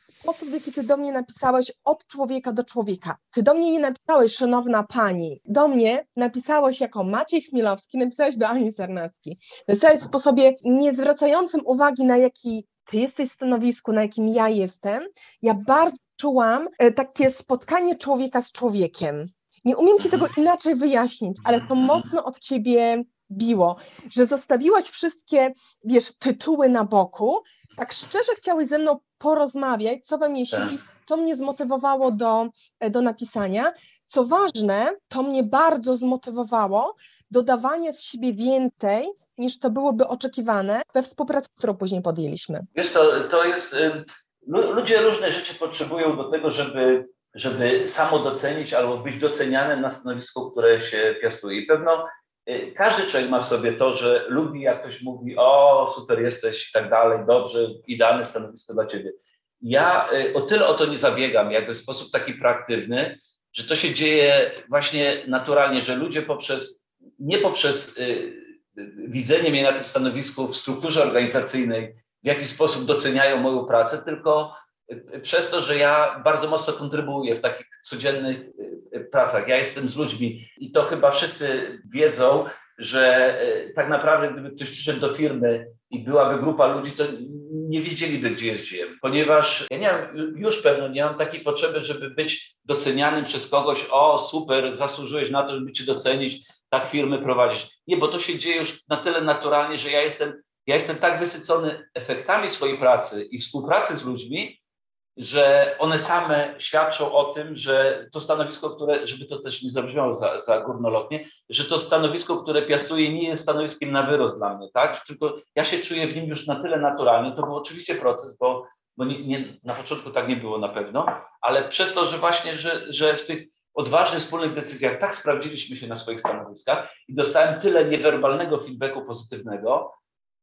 sposób, w jaki ty do mnie napisałeś od człowieka do człowieka. Ty do mnie nie napisałeś, szanowna pani. Do mnie napisałeś jako Maciej Chmielowski, napisałeś do Ani Sarnackiej. Napisałeś w sposobie nie zwracającym uwagi, na jaki ty jesteś stanowisku, na jakim ja jestem. Ja bardzo czułam takie spotkanie człowieka z człowiekiem. Nie umiem ci tego inaczej wyjaśnić, ale to mocno od ciebie biło, że zostawiłaś wszystkie, wiesz, tytuły na boku, tak szczerze chciałeś ze mną porozmawiać, co we mnie siedzi, co mnie zmotywowało do, do napisania. Co ważne, to mnie bardzo zmotywowało do dawania z siebie więcej, niż to byłoby oczekiwane we współpracy, którą później podjęliśmy. Wiesz co, to jest, ludzie różne rzeczy potrzebują do tego, żeby, żeby samo docenić albo być doceniane na stanowisku, które się piastuje. I pewno każdy człowiek ma w sobie to, że lubi, jak ktoś mówi, o super jesteś i tak dalej, dobrze, idealne stanowisko dla ciebie. Ja o tyle o to nie zabiegam, jakby w sposób taki proaktywny, że to się dzieje właśnie naturalnie, że ludzie poprzez, nie poprzez y, widzenie mnie na tym stanowisku w strukturze organizacyjnej w jakiś sposób doceniają moją pracę, tylko przez to, że ja bardzo mocno kontrybuję w takich codziennych pracach. Ja jestem z ludźmi i to chyba wszyscy wiedzą, że tak naprawdę gdyby ktoś przyszedł do firmy i byłaby grupa ludzi, to nie wiedzieliby, gdzie jest G M, ponieważ ja nie mam, już pewno nie mam takiej potrzeby, żeby być docenianym przez kogoś, o super, zasłużyłeś na to, żeby cię docenić, tak firmy prowadzić. Nie, bo to się dzieje już na tyle naturalnie, że ja jestem, ja jestem tak wysycony efektami swojej pracy i współpracy z ludźmi, że one same świadczą o tym, że to stanowisko, które, żeby to też nie zabrzmiało za, za górnolotnie, że to stanowisko, które piastuję, nie jest stanowiskiem na wyrost dla mnie, tak? Tylko ja się czuję w nim już na tyle naturalnie. To był oczywiście proces, bo, bo nie, nie, na początku tak nie było na pewno, ale przez to, że właśnie, że, że w tych odważnych, wspólnych decyzjach tak sprawdziliśmy się na swoich stanowiskach i dostałem tyle niewerbalnego feedbacku pozytywnego,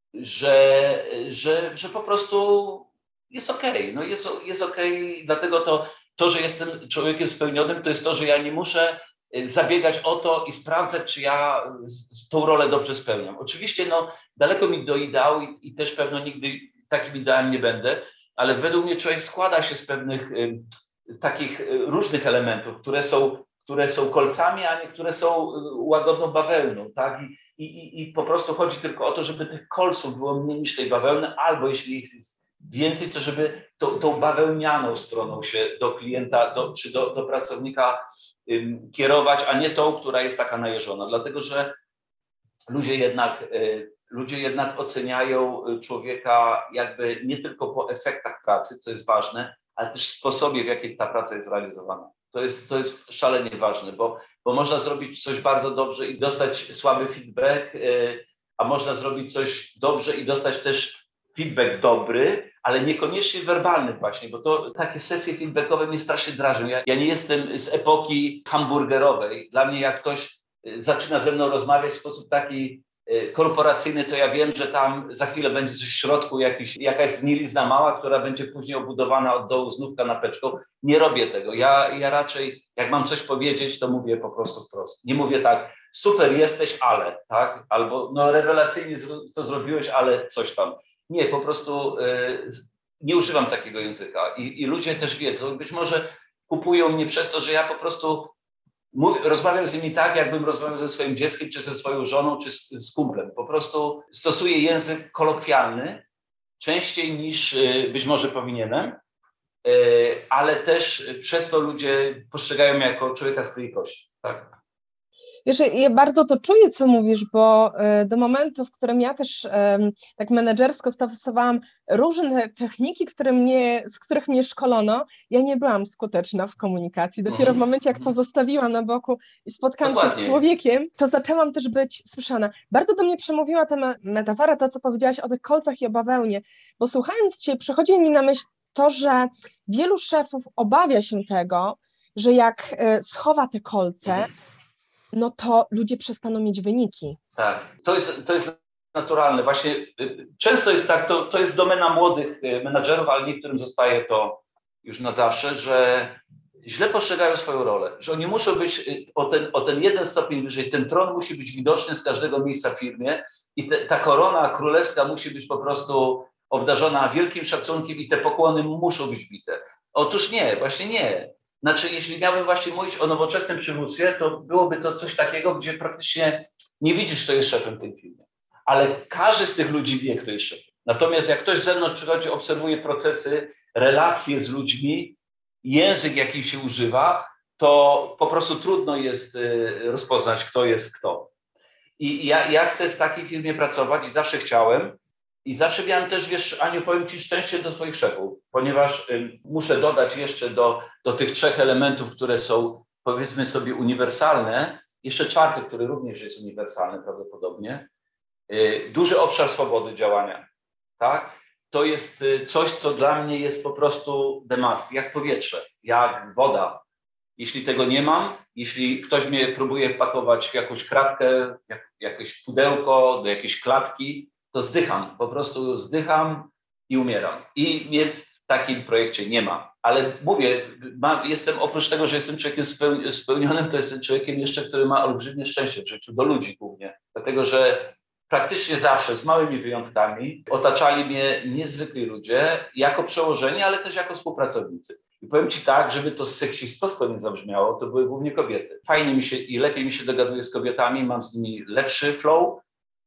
że, że, że po prostu jest okej, okay. No jest, jest okej, okay. Dlatego to, to, że jestem człowiekiem spełnionym, to jest to, że ja nie muszę zabiegać o to i sprawdzać, czy ja tą rolę dobrze spełniam. Oczywiście no, daleko mi do ideału i, i też pewno nigdy takim ideałem nie będę, ale według mnie człowiek składa się z pewnych y, takich różnych elementów, które są, które są kolcami, a niektóre są łagodną bawełną, tak? I, i, i po prostu chodzi tylko o to, żeby tych kolców było mniej niż tej bawełny, albo jeśli ich jest więcej, to żeby tą, tą bawełnianą stroną się do klienta do, czy do, do pracownika ym, kierować, a nie tą, która jest taka najeżona. Dlatego, że ludzie jednak, y, ludzie jednak oceniają człowieka jakby nie tylko po efektach pracy, co jest ważne, ale też sposobie, w jaki ta praca jest realizowana. To jest, to jest szalenie ważne, bo, bo można zrobić coś bardzo dobrze i dostać słaby feedback, y, a można zrobić coś dobrze i dostać też feedback dobry, ale niekoniecznie werbalny właśnie, bo to takie sesje feedbackowe mnie strasznie drażnią. Ja, ja nie jestem z epoki hamburgerowej. Dla mnie jak ktoś zaczyna ze mną rozmawiać w sposób taki korporacyjny, to ja wiem, że tam za chwilę będzie coś w środku, jakiś, jakaś zgnilizna mała, która będzie później obudowana od dołu znów kanapeczką. Nie robię tego. Ja, ja raczej, jak mam coś powiedzieć, to mówię po prostu wprost. Nie mówię tak, super jesteś, ale, tak? Albo no rewelacyjnie to zrobiłeś, ale coś tam. Nie, po prostu y, nie używam takiego języka i, i ludzie też wiedzą, być może kupują mnie przez to, że ja po prostu mów, rozmawiam z nimi tak, jakbym rozmawiał ze swoim dzieckiem, czy ze swoją żoną, czy z, z kumplem. Po prostu stosuję język kolokwialny częściej niż y, być może powinienem, y, ale też przez to ludzie postrzegają mnie jako człowieka z krwi i kości, tak? Wiesz, ja bardzo to czuję, co mówisz, bo do momentu, w którym ja też tak menedżersko stosowałam różne techniki, które mnie, z których mnie szkolono, ja nie byłam skuteczna w komunikacji. Dopiero w momencie, jak to zostawiłam na boku i spotkałam się z człowiekiem, to zaczęłam też być słyszana. Bardzo do mnie przemówiła ta metafora, to co powiedziałaś o tych kolcach i o bawełnie, bo słuchając Cię, przychodzi mi na myśl to, że wielu szefów obawia się tego, że jak schowa te kolce, no to ludzie przestaną mieć wyniki. Tak, to jest, to jest naturalne. Właśnie często jest tak, to, to jest domena młodych menadżerów, ale niektórym zostaje to już na zawsze, że źle postrzegają swoją rolę, że oni muszą być o ten, o ten jeden stopień wyżej, ten tron musi być widoczny z każdego miejsca w firmie i te, ta korona królewska musi być po prostu obdarzona wielkim szacunkiem i te pokłony muszą być bite. Otóż nie, właśnie nie. Znaczy, jeśli miałbym właśnie mówić o nowoczesnym przywództwie, to byłoby to coś takiego, gdzie praktycznie nie widzisz, kto jest szefem w tej firmie. Ale każdy z tych ludzi wie, kto jest szefem. Natomiast jak ktoś z zewnątrz przychodzi, obserwuje procesy, relacje z ludźmi, język, jaki się używa, to po prostu trudno jest rozpoznać, kto jest kto. I ja, ja chcę w takiej firmie pracować i zawsze chciałem. I zawsze miałem też, wiesz, Aniu, powiem Ci szczęście do swoich szefów, ponieważ y, muszę dodać jeszcze do, do tych trzech elementów, które są, powiedzmy sobie, uniwersalne, jeszcze czwarty, który również jest uniwersalny prawdopodobnie, y, duży obszar swobody działania, tak? To jest y, coś, co dla mnie jest po prostu the must, jak powietrze, jak woda. Jeśli tego nie mam, jeśli ktoś mnie próbuje pakować w jakąś kratkę, jak, jakieś pudełko, do jakiejś klatki, to zdycham, po prostu zdycham i umieram. I mnie w takim projekcie nie ma. Ale mówię, mam, jestem oprócz tego, że jestem człowiekiem spełnionym, to jestem człowiekiem jeszcze, który ma olbrzymie szczęście w życiu, do ludzi głównie. Dlatego, że praktycznie zawsze, z małymi wyjątkami, otaczali mnie niezwykli ludzie, jako przełożeni, ale też jako współpracownicy. I powiem Ci tak, żeby to seksistowsko nie zabrzmiało, to były głównie kobiety. Fajnie mi się i lepiej mi się dogaduję z kobietami, mam z nimi lepszy flow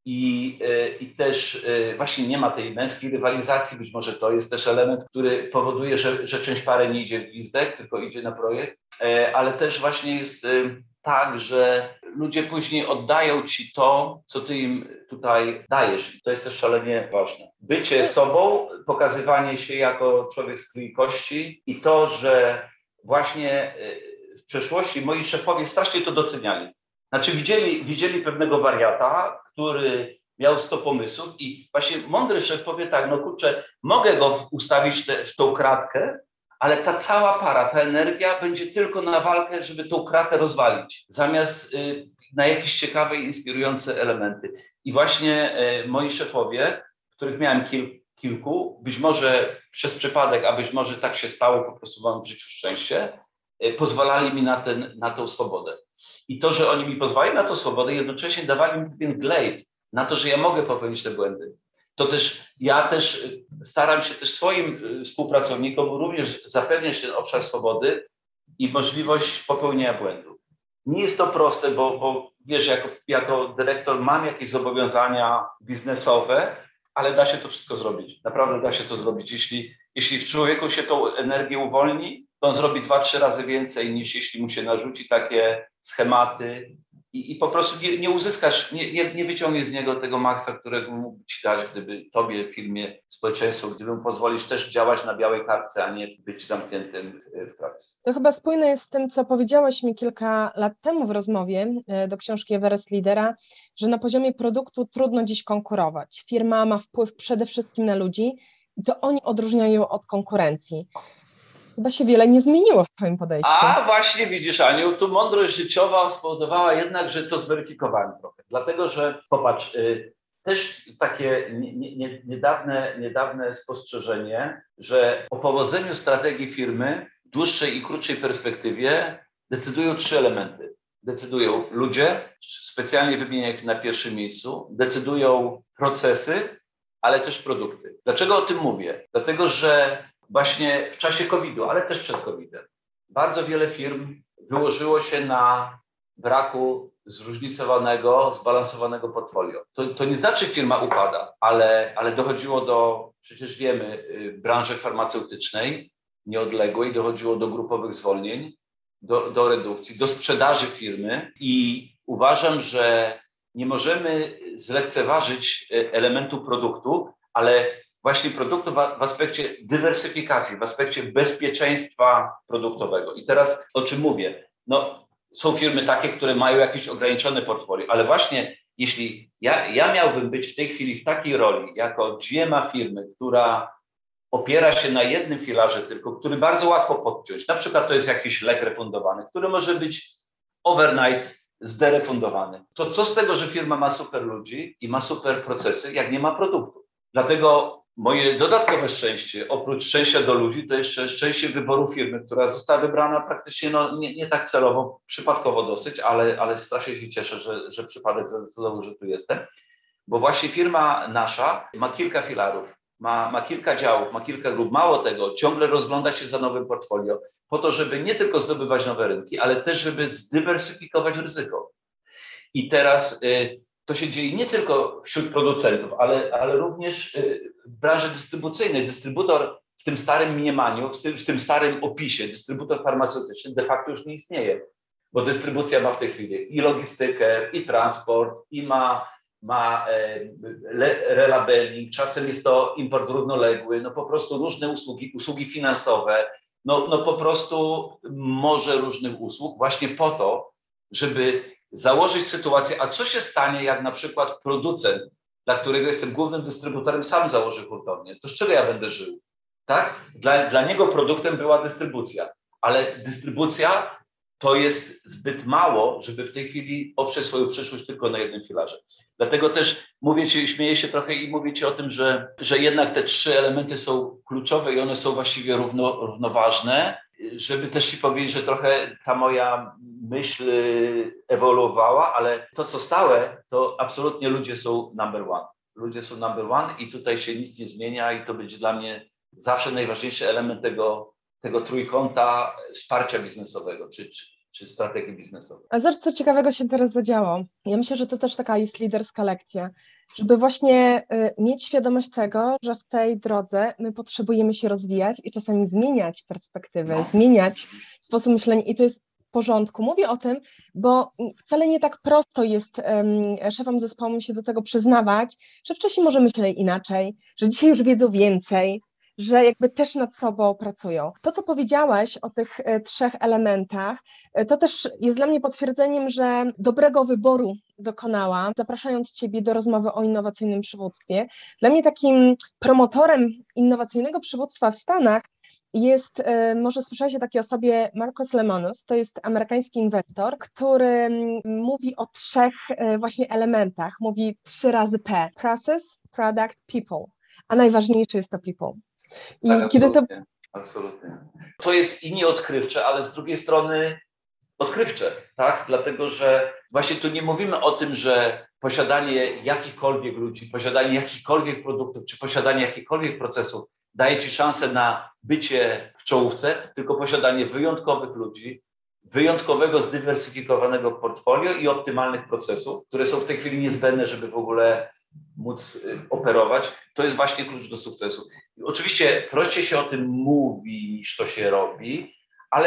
i, i też właśnie nie ma tej męskiej rywalizacji. Być może to jest też element, który powoduje, że, że część pary nie idzie w gwizdek, tylko idzie na projekt, ale też właśnie jest tak, że ludzie później oddają Ci to, co Ty im tutaj dajesz. I to jest też szalenie ważne. Bycie sobą, pokazywanie się jako człowiek z krwi i kości i to, że właśnie w przeszłości moi szefowie strasznie to doceniali. Znaczy widzieli, widzieli pewnego wariata, który miał sto pomysłów i właśnie mądry szef powie tak, no kurczę, mogę go ustawić te, w tą kratkę, ale ta cała para, ta energia będzie tylko na walkę, żeby tą kratę rozwalić, zamiast y, na jakieś ciekawe i inspirujące elementy. I właśnie y, moi szefowie, których miałem kil, kilku, być może przez przypadek, a być może tak się stało, po prostu mam w życiu szczęście, y, pozwalali mi na, ten, na tą swobodę. I to, że oni mi pozwalali na tą swobodę, jednocześnie dawali mi pewien glejt na to, że ja mogę popełnić te błędy. To też ja też staram się też swoim współpracownikom również zapewniać ten obszar swobody i możliwość popełnienia błędu. Nie jest to proste, bo, bo wiesz, jako, jako dyrektor mam jakieś zobowiązania biznesowe, ale da się to wszystko zrobić. Naprawdę da się to zrobić. Jeśli, jeśli w człowieku się tą energię uwolni, to on zrobi dwa, trzy razy więcej niż jeśli mu się narzuci takie schematy. I, i po prostu nie, nie uzyskasz, nie, nie, nie wyciągniesz z niego tego maksa, którego mógłby ci dać, gdyby tobie, firmie, społeczeństwu, gdyby mu pozwolić też działać na białej kartce, a nie być zamkniętym w, w pracy. To chyba spójne jest z tym, co powiedziałeś mi kilka lat temu w rozmowie do książki Everest Lidera, że na poziomie produktu trudno dziś konkurować. Firma ma wpływ przede wszystkim na ludzi i to oni odróżniają ją od konkurencji. Chyba się wiele nie zmieniło w twoim podejściu. A właśnie widzisz, Aniu, tu mądrość życiowa spowodowała jednak, że to zweryfikowałem trochę. Dlatego, że popatrz, y, też takie nie, nie, niedawne, niedawne spostrzeżenie, że o powodzeniu strategii firmy w dłuższej i krótszej perspektywie decydują trzy elementy. Decydują ludzie, specjalnie wymienię ich na pierwszym miejscu, decydują procesy, ale też produkty. Dlaczego o tym mówię? Dlatego, że właśnie w czasie kowida, ale też przed kowidem, bardzo wiele firm wyłożyło się na braku zróżnicowanego, zbalansowanego portfolio. To, to nie znaczy, że firma upada, ale, ale dochodziło do, przecież wiemy, w branży farmaceutycznej nieodległej dochodziło do grupowych zwolnień, do, do redukcji, do sprzedaży firmy i uważam, że nie możemy zlekceważyć elementu produktu, ale właśnie produktu w aspekcie dywersyfikacji, w aspekcie bezpieczeństwa produktowego. I teraz o czym mówię? No, są firmy takie, które mają jakieś ograniczone portfolio, ale właśnie jeśli ja, ja miałbym być w tej chwili w takiej roli, jako G M a firmy, która opiera się na jednym filarze tylko, który bardzo łatwo podciąć, na przykład to jest jakiś lek refundowany, który może być overnight zderefundowany. To co z tego, że firma ma super ludzi i ma super procesy, jak nie ma produktu? Dlatego moje dodatkowe szczęście, oprócz szczęścia do ludzi, to jeszcze szczęście wyboru firmy, która została wybrana praktycznie no, nie, nie tak celowo, przypadkowo dosyć, ale, ale strasznie się cieszę, że, że przypadek zadecydował, że tu jestem. Bo właśnie firma nasza ma kilka filarów. ma, ma kilka działów, ma kilka grup. Mało tego, ciągle rozgląda się za nowym portfolio po to, żeby nie tylko zdobywać nowe rynki, ale też, żeby zdywersyfikować ryzyko. I teraz y, to się dzieje nie tylko wśród producentów, ale, ale również y, w branży dystrybucyjnej. Dystrybutor w tym starym mniemaniu, w tym, w tym starym opisie, dystrybutor farmaceutyczny de facto już nie istnieje, bo dystrybucja ma w tej chwili i logistykę, i transport, i ma, ma e, relabeling, czasem jest to import równoległy, no po prostu różne usługi, usługi finansowe, no, no po prostu morze różnych usług właśnie po to, żeby założyć sytuację, a co się stanie, jak na przykład producent, dla którego jestem głównym dystrybutorem, sam założy hurtownię, to z czego ja będę żył? Tak? Dla, dla niego produktem była dystrybucja, ale dystrybucja to jest zbyt mało, żeby w tej chwili oprzeć swoją przyszłość tylko na jednym filarze. Dlatego też mówię ci, śmieję się trochę i mówię ci o tym, że, że jednak te trzy elementy są kluczowe i one są właściwie równo, równoważne, żeby też ci powiedzieć, że trochę ta moja myśl ewoluowała, ale to co stałe, to absolutnie ludzie są number one. Ludzie są number one i tutaj się nic nie zmienia i to będzie dla mnie zawsze najważniejszy element tego, tego trójkąta wsparcia biznesowego czy, czy, czy strategii biznesowej. A zobacz, co ciekawego się teraz zadziało. Ja myślę, że to też taka jest liderska lekcja, żeby właśnie y, mieć świadomość tego, że w tej drodze my potrzebujemy się rozwijać i czasami zmieniać perspektywy, no. zmieniać sposób myślenia i to jest w porządku. Mówię o tym, bo wcale nie tak prosto jest um, szefom zespołu się do tego przyznawać, że wcześniej może myśleli inaczej, że dzisiaj już wiedzą więcej, że jakby też nad sobą pracują. To, co powiedziałaś o tych e, trzech elementach, e, to też jest dla mnie potwierdzeniem, że dobrego wyboru dokonałam, zapraszając Ciebie do rozmowy o innowacyjnym przywództwie. Dla mnie takim promotorem innowacyjnego przywództwa w Stanach jest, e, może słyszałeś o takiej osobie, Marcos Lemonis, to jest amerykański inwestor, który m, mówi o trzech e, właśnie elementach, mówi trzy razy P, process, product, people, a najważniejszy jest to people. I tak, kiedy absolutnie, to... absolutnie. To jest i nieodkrywcze, ale z drugiej strony odkrywcze, tak? Dlatego, że właśnie tu nie mówimy o tym, że posiadanie jakichkolwiek ludzi, posiadanie jakichkolwiek produktów, czy posiadanie jakichkolwiek procesów daje ci szansę na bycie w czołówce, tylko posiadanie wyjątkowych ludzi, wyjątkowego, zdywersyfikowanego portfolio i optymalnych procesów, które są w tej chwili niezbędne, żeby w ogóle móc operować, to jest właśnie klucz do sukcesu. I oczywiście prościej się o tym mówi, niż to się robi, ale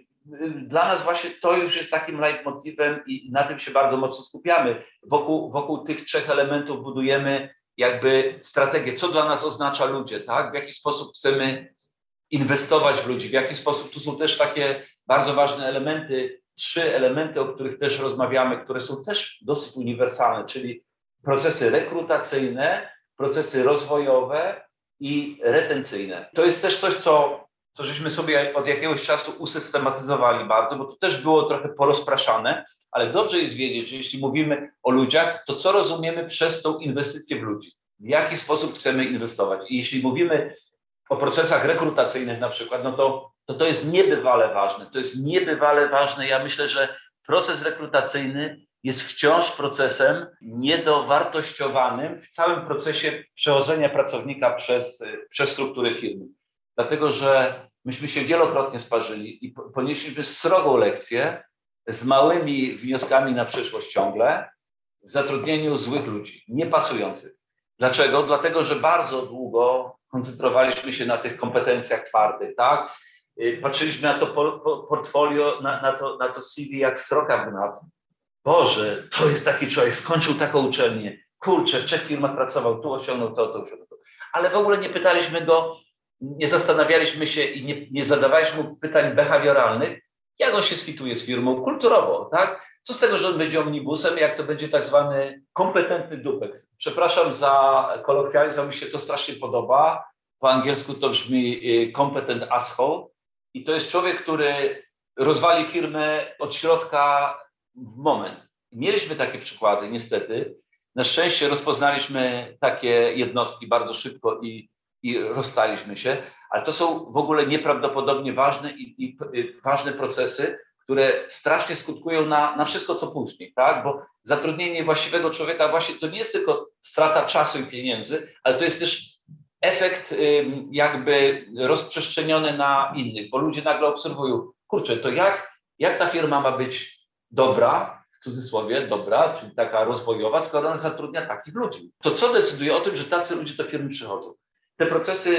dla nas właśnie to już jest takim leitmotivem i na tym się bardzo mocno skupiamy. Wokół, wokół tych trzech elementów budujemy jakby strategię, co dla nas oznacza ludzie, tak? W jaki sposób chcemy inwestować w ludzi, w jaki sposób, tu są też takie bardzo ważne elementy, trzy elementy, o których też rozmawiamy, które są też dosyć uniwersalne, czyli procesy rekrutacyjne, procesy rozwojowe i retencyjne. To jest też coś, co, co żeśmy sobie od jakiegoś czasu usystematyzowali bardzo, bo to też było trochę porozpraszane, ale dobrze jest wiedzieć, że jeśli mówimy o ludziach, to co rozumiemy przez tą inwestycję w ludzi? W jaki sposób chcemy inwestować? I jeśli mówimy o procesach rekrutacyjnych na przykład, no to, to to jest niebywale ważne. To jest niebywale ważne. Ja myślę, że proces rekrutacyjny jest wciąż procesem niedowartościowanym w całym procesie przełożenia pracownika przez, przez struktury firmy. Dlatego, że myśmy się wielokrotnie sparzyli i ponieśliśmy srogą lekcję z małymi wnioskami na przyszłość ciągle w zatrudnieniu złych ludzi, niepasujących. Dlaczego? Dlatego, że bardzo długo koncentrowaliśmy się na tych kompetencjach twardych, tak? Patrzyliśmy na to portfolio, na, na, to, na to C V jak sroka w gnat. Boże, to jest taki człowiek, skończył taką uczelnię, kurczę, w trzech firmach pracował, tu osiągnął to, to osiągnął to. Ale w ogóle nie pytaliśmy go, nie zastanawialiśmy się i nie, nie zadawaliśmy mu pytań behawioralnych, jak on się sfituje z firmą kulturowo, tak? Co z tego, że on będzie omnibusem, jak to będzie tak zwany kompetentny dupek. Przepraszam za kolokwializm, mi się to strasznie podoba. Po angielsku to brzmi competent asshole i to jest człowiek, który rozwali firmę od środka w moment. Mieliśmy takie przykłady, niestety. Na szczęście rozpoznaliśmy takie jednostki bardzo szybko i, i rozstaliśmy się, ale to są w ogóle nieprawdopodobnie ważne i, i, i ważne procesy, które strasznie skutkują na, na wszystko, co później, tak? Bo zatrudnienie właściwego człowieka właśnie to nie jest tylko strata czasu i pieniędzy, ale to jest też efekt jakby rozprzestrzeniony na innych, bo ludzie nagle obserwują, kurczę, to jak, jak ta firma ma być dobra, w cudzysłowie dobra, czyli taka rozwojowa, skoro ona zatrudnia takich ludzi. To co decyduje o tym, że tacy ludzie do firmy przychodzą? Te procesy,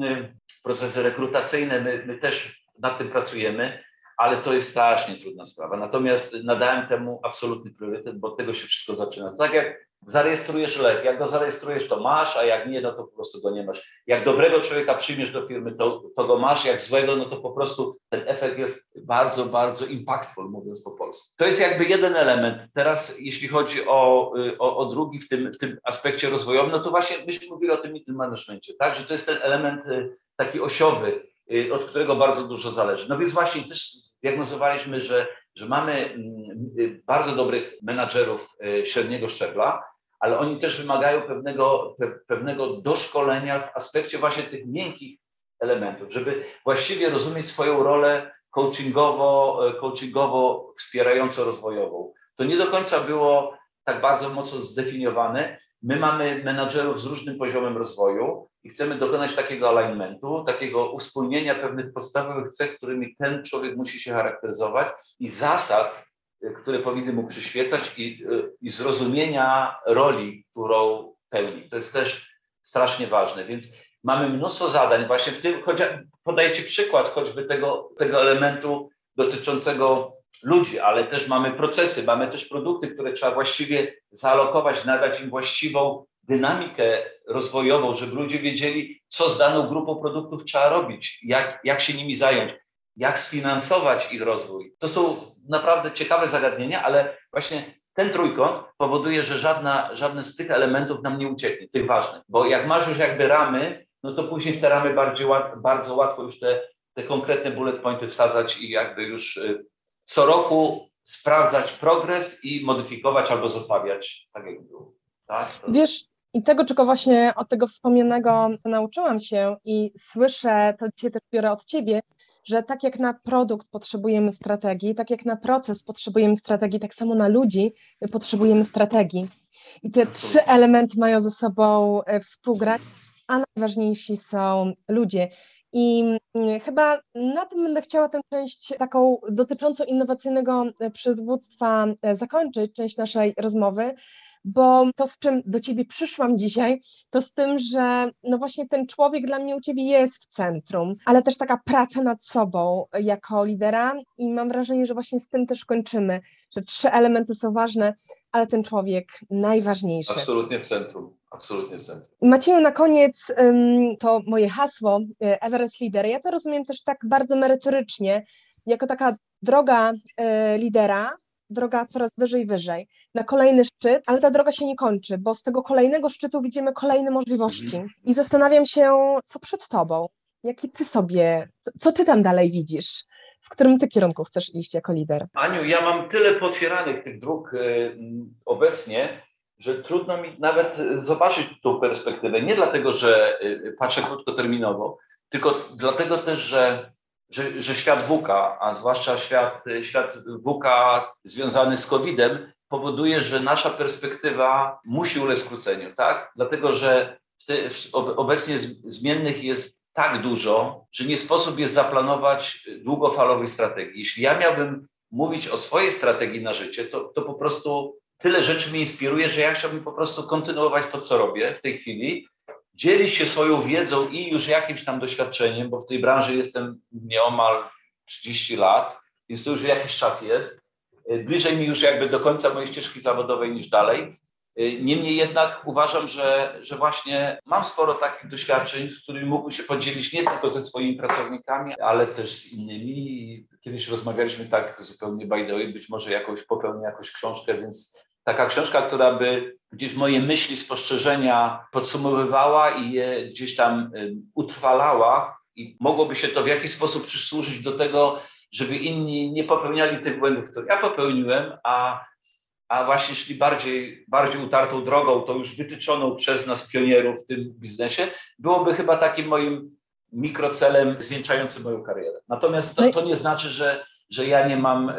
procesy rekrutacyjne, my, my też nad tym pracujemy, ale to jest strasznie trudna sprawa. Natomiast nadałem temu absolutny priorytet, bo od tego się wszystko zaczyna. Tak jak zarejestrujesz lek, jak go zarejestrujesz, to masz, a jak nie, no to po prostu go nie masz. Jak dobrego człowieka przyjmiesz do firmy, to, to go masz, jak złego, no to po prostu ten efekt jest bardzo, bardzo impactful, mówiąc po polsku. To jest jakby jeden element. Teraz jeśli chodzi o, o, o drugi w tym, w tym aspekcie rozwojowym, no to właśnie myśmy mówili o tym middle managemencie, tak, że to jest ten element taki osiowy, od którego bardzo dużo zależy. No więc właśnie też zdiagnozowaliśmy, że, że mamy bardzo dobrych menadżerów średniego szczebla, ale oni też wymagają pewnego, pewnego doszkolenia w aspekcie właśnie tych miękkich elementów, żeby właściwie rozumieć swoją rolę coachingowo, coachingowo wspierająco-rozwojową. To nie do końca było tak bardzo mocno zdefiniowane. My mamy menadżerów z różnym poziomem rozwoju i chcemy dokonać takiego alignmentu, takiego uspójnienia pewnych podstawowych cech, którymi ten człowiek musi się charakteryzować i zasad, które powinny mu przyświecać i, i zrozumienia roli, którą pełni. To jest też strasznie ważne, więc mamy mnóstwo zadań właśnie w tym, choć podaję Ci przykład choćby tego, tego elementu dotyczącego ludzi, ale też mamy procesy, mamy też produkty, które trzeba właściwie zaalokować, nadać im właściwą dynamikę rozwojową, żeby ludzie wiedzieli, co z daną grupą produktów trzeba robić, jak, jak się nimi zająć, jak sfinansować ich rozwój. To są naprawdę ciekawe zagadnienia, ale właśnie ten trójkąt powoduje, że żadna, żadne z tych elementów nam nie ucieknie, tych ważnych, bo jak masz już jakby ramy, no to później w te ramy bardziej, bardzo łatwo już te, te konkretne bullet pointy wsadzać i jakby już co roku sprawdzać progres i modyfikować albo zostawiać tak, jak było. Tak? To... Wiesz, i tego, czego właśnie od tego wspomnianego nauczyłam się i słyszę, to dzisiaj też biorę od Ciebie, że tak jak na produkt potrzebujemy strategii, tak jak na proces potrzebujemy strategii, tak samo na ludzi potrzebujemy strategii. I te trzy elementy mają ze sobą współgrać, a najważniejsi są ludzie. I chyba na tym będę chciała tę część taką dotyczącą innowacyjnego przywództwa zakończyć, część naszej rozmowy, bo to, z czym do Ciebie przyszłam dzisiaj, to z tym, że no właśnie ten człowiek dla mnie u Ciebie jest w centrum, ale też taka praca nad sobą jako lidera i mam wrażenie, że właśnie z tym też kończymy, że trzy elementy są ważne, ale ten człowiek najważniejszy. Absolutnie w centrum, absolutnie w centrum. Macieju, na koniec to moje hasło Everest Leader. Ja to rozumiem też tak bardzo merytorycznie, jako taka droga lidera, droga coraz wyżej, wyżej, na kolejny szczyt, ale ta droga się nie kończy, bo z tego kolejnego szczytu widzimy kolejne możliwości. I zastanawiam się, co przed tobą, jaki ty sobie, co, co ty tam dalej widzisz, w którym ty kierunku chcesz iść jako lider? Aniu, ja mam tyle potwieranych tych dróg y, obecnie, że trudno mi nawet zobaczyć tą perspektywę. Nie dlatego, że y, patrzę krótkoterminowo, tylko dlatego też, że Że, że świat W U K a, a zwłaszcza świat, świat W U K a związany z kowidem powoduje, że nasza perspektywa musi ulec skróceniu, tak? Dlatego, że w te, w, obecnie zmiennych jest tak dużo, że nie sposób jest zaplanować długofalowej strategii. Jeśli ja miałbym mówić o swojej strategii na życie, to, to po prostu tyle rzeczy mnie inspiruje, że ja chciałbym po prostu kontynuować to, co robię w tej chwili, dzielić się swoją wiedzą i już jakimś tam doświadczeniem, bo w tej branży jestem nieomal trzydzieści lat, więc to już jakiś czas jest. Bliżej mi już jakby do końca mojej ścieżki zawodowej niż dalej. Niemniej jednak uważam, że, że właśnie mam sporo takich doświadczeń, z którymi mógłbym się podzielić nie tylko ze swoimi pracownikami, ale też z innymi. Kiedyś rozmawialiśmy tak zupełnie by the way, być może jakąś popełnię jakąś książkę, więc taka książka, która by gdzieś moje myśli, spostrzeżenia podsumowywała i je gdzieś tam utrwalała i mogłoby się to w jakiś sposób przysłużyć do tego, żeby inni nie popełniali tych błędów, które ja popełniłem, a, a właśnie szli bardziej, bardziej utartą drogą, tą już wytyczoną przez nas pionierów w tym biznesie, byłoby chyba takim moim mikrocelem zwieńczającym moją karierę. Natomiast to, to nie znaczy, że że ja nie mam e,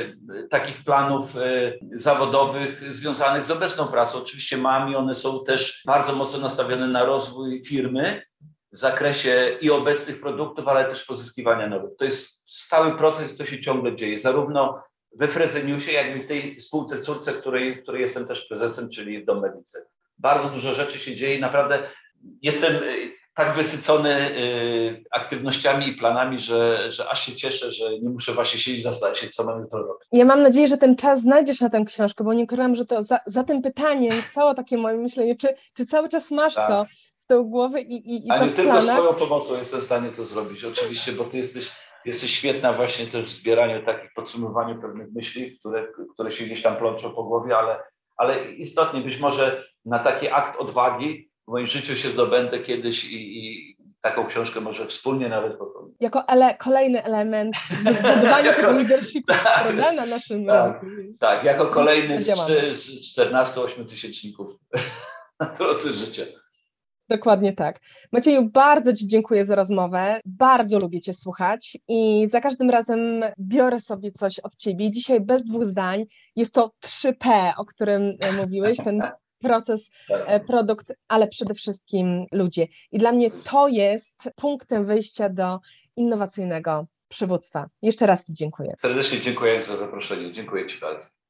takich planów e, zawodowych związanych z obecną pracą. Oczywiście mam i one są też bardzo mocno nastawione na rozwój firmy, w zakresie i obecnych produktów, ale też pozyskiwania nowych. To jest stały proces, to się ciągle dzieje, zarówno we Freseniusie, jak i w tej spółce córce, której, której jestem też prezesem, czyli w Domewice. Bardzo dużo rzeczy się dzieje i naprawdę jestem tak wysycony aktywnościami i planami, że, że aż się cieszę, że nie muszę właśnie siedzieć zastanawiać się, co mam jutro robić. Ja mam nadzieję, że ten czas znajdziesz na tę książkę, bo nie ukrywam, że to za, za tym pytaniem stało takie moje myślenie, czy, czy cały czas masz tak. to z tyłu głowy i, i, i A to nie w tylko planach. swoją pomocą jestem w stanie to zrobić, oczywiście, bo ty jesteś, ty jesteś świetna właśnie też w zbieraniu takich, podsumowaniu pewnych myśli, które, które się gdzieś tam plączą po głowie, ale, ale istotnie być może na taki akt odwagi w moim życiu się zdobędę kiedyś i, i taką książkę może wspólnie nawet popełnić. Jako ele, kolejny element w budowaniu tego leadershipu, tak, prawda, na naszym tak, rynku. tak, jako kolejny z, Działamy. z czternastu ośmiotysięczników na drodze życia. Dokładnie tak. Macieju, bardzo Ci dziękuję za rozmowę, bardzo lubię Cię słuchać i za każdym razem biorę sobie coś od Ciebie. Dzisiaj bez dwóch zdań jest to trzy P, o którym mówiłeś, ten proces, tak. produkt, ale przede wszystkim ludzie. I dla mnie to jest punktem wyjścia do innowacyjnego przywództwa. Jeszcze raz Ci dziękuję. Serdecznie dziękuję za zaproszenie. Dziękuję Ci bardzo.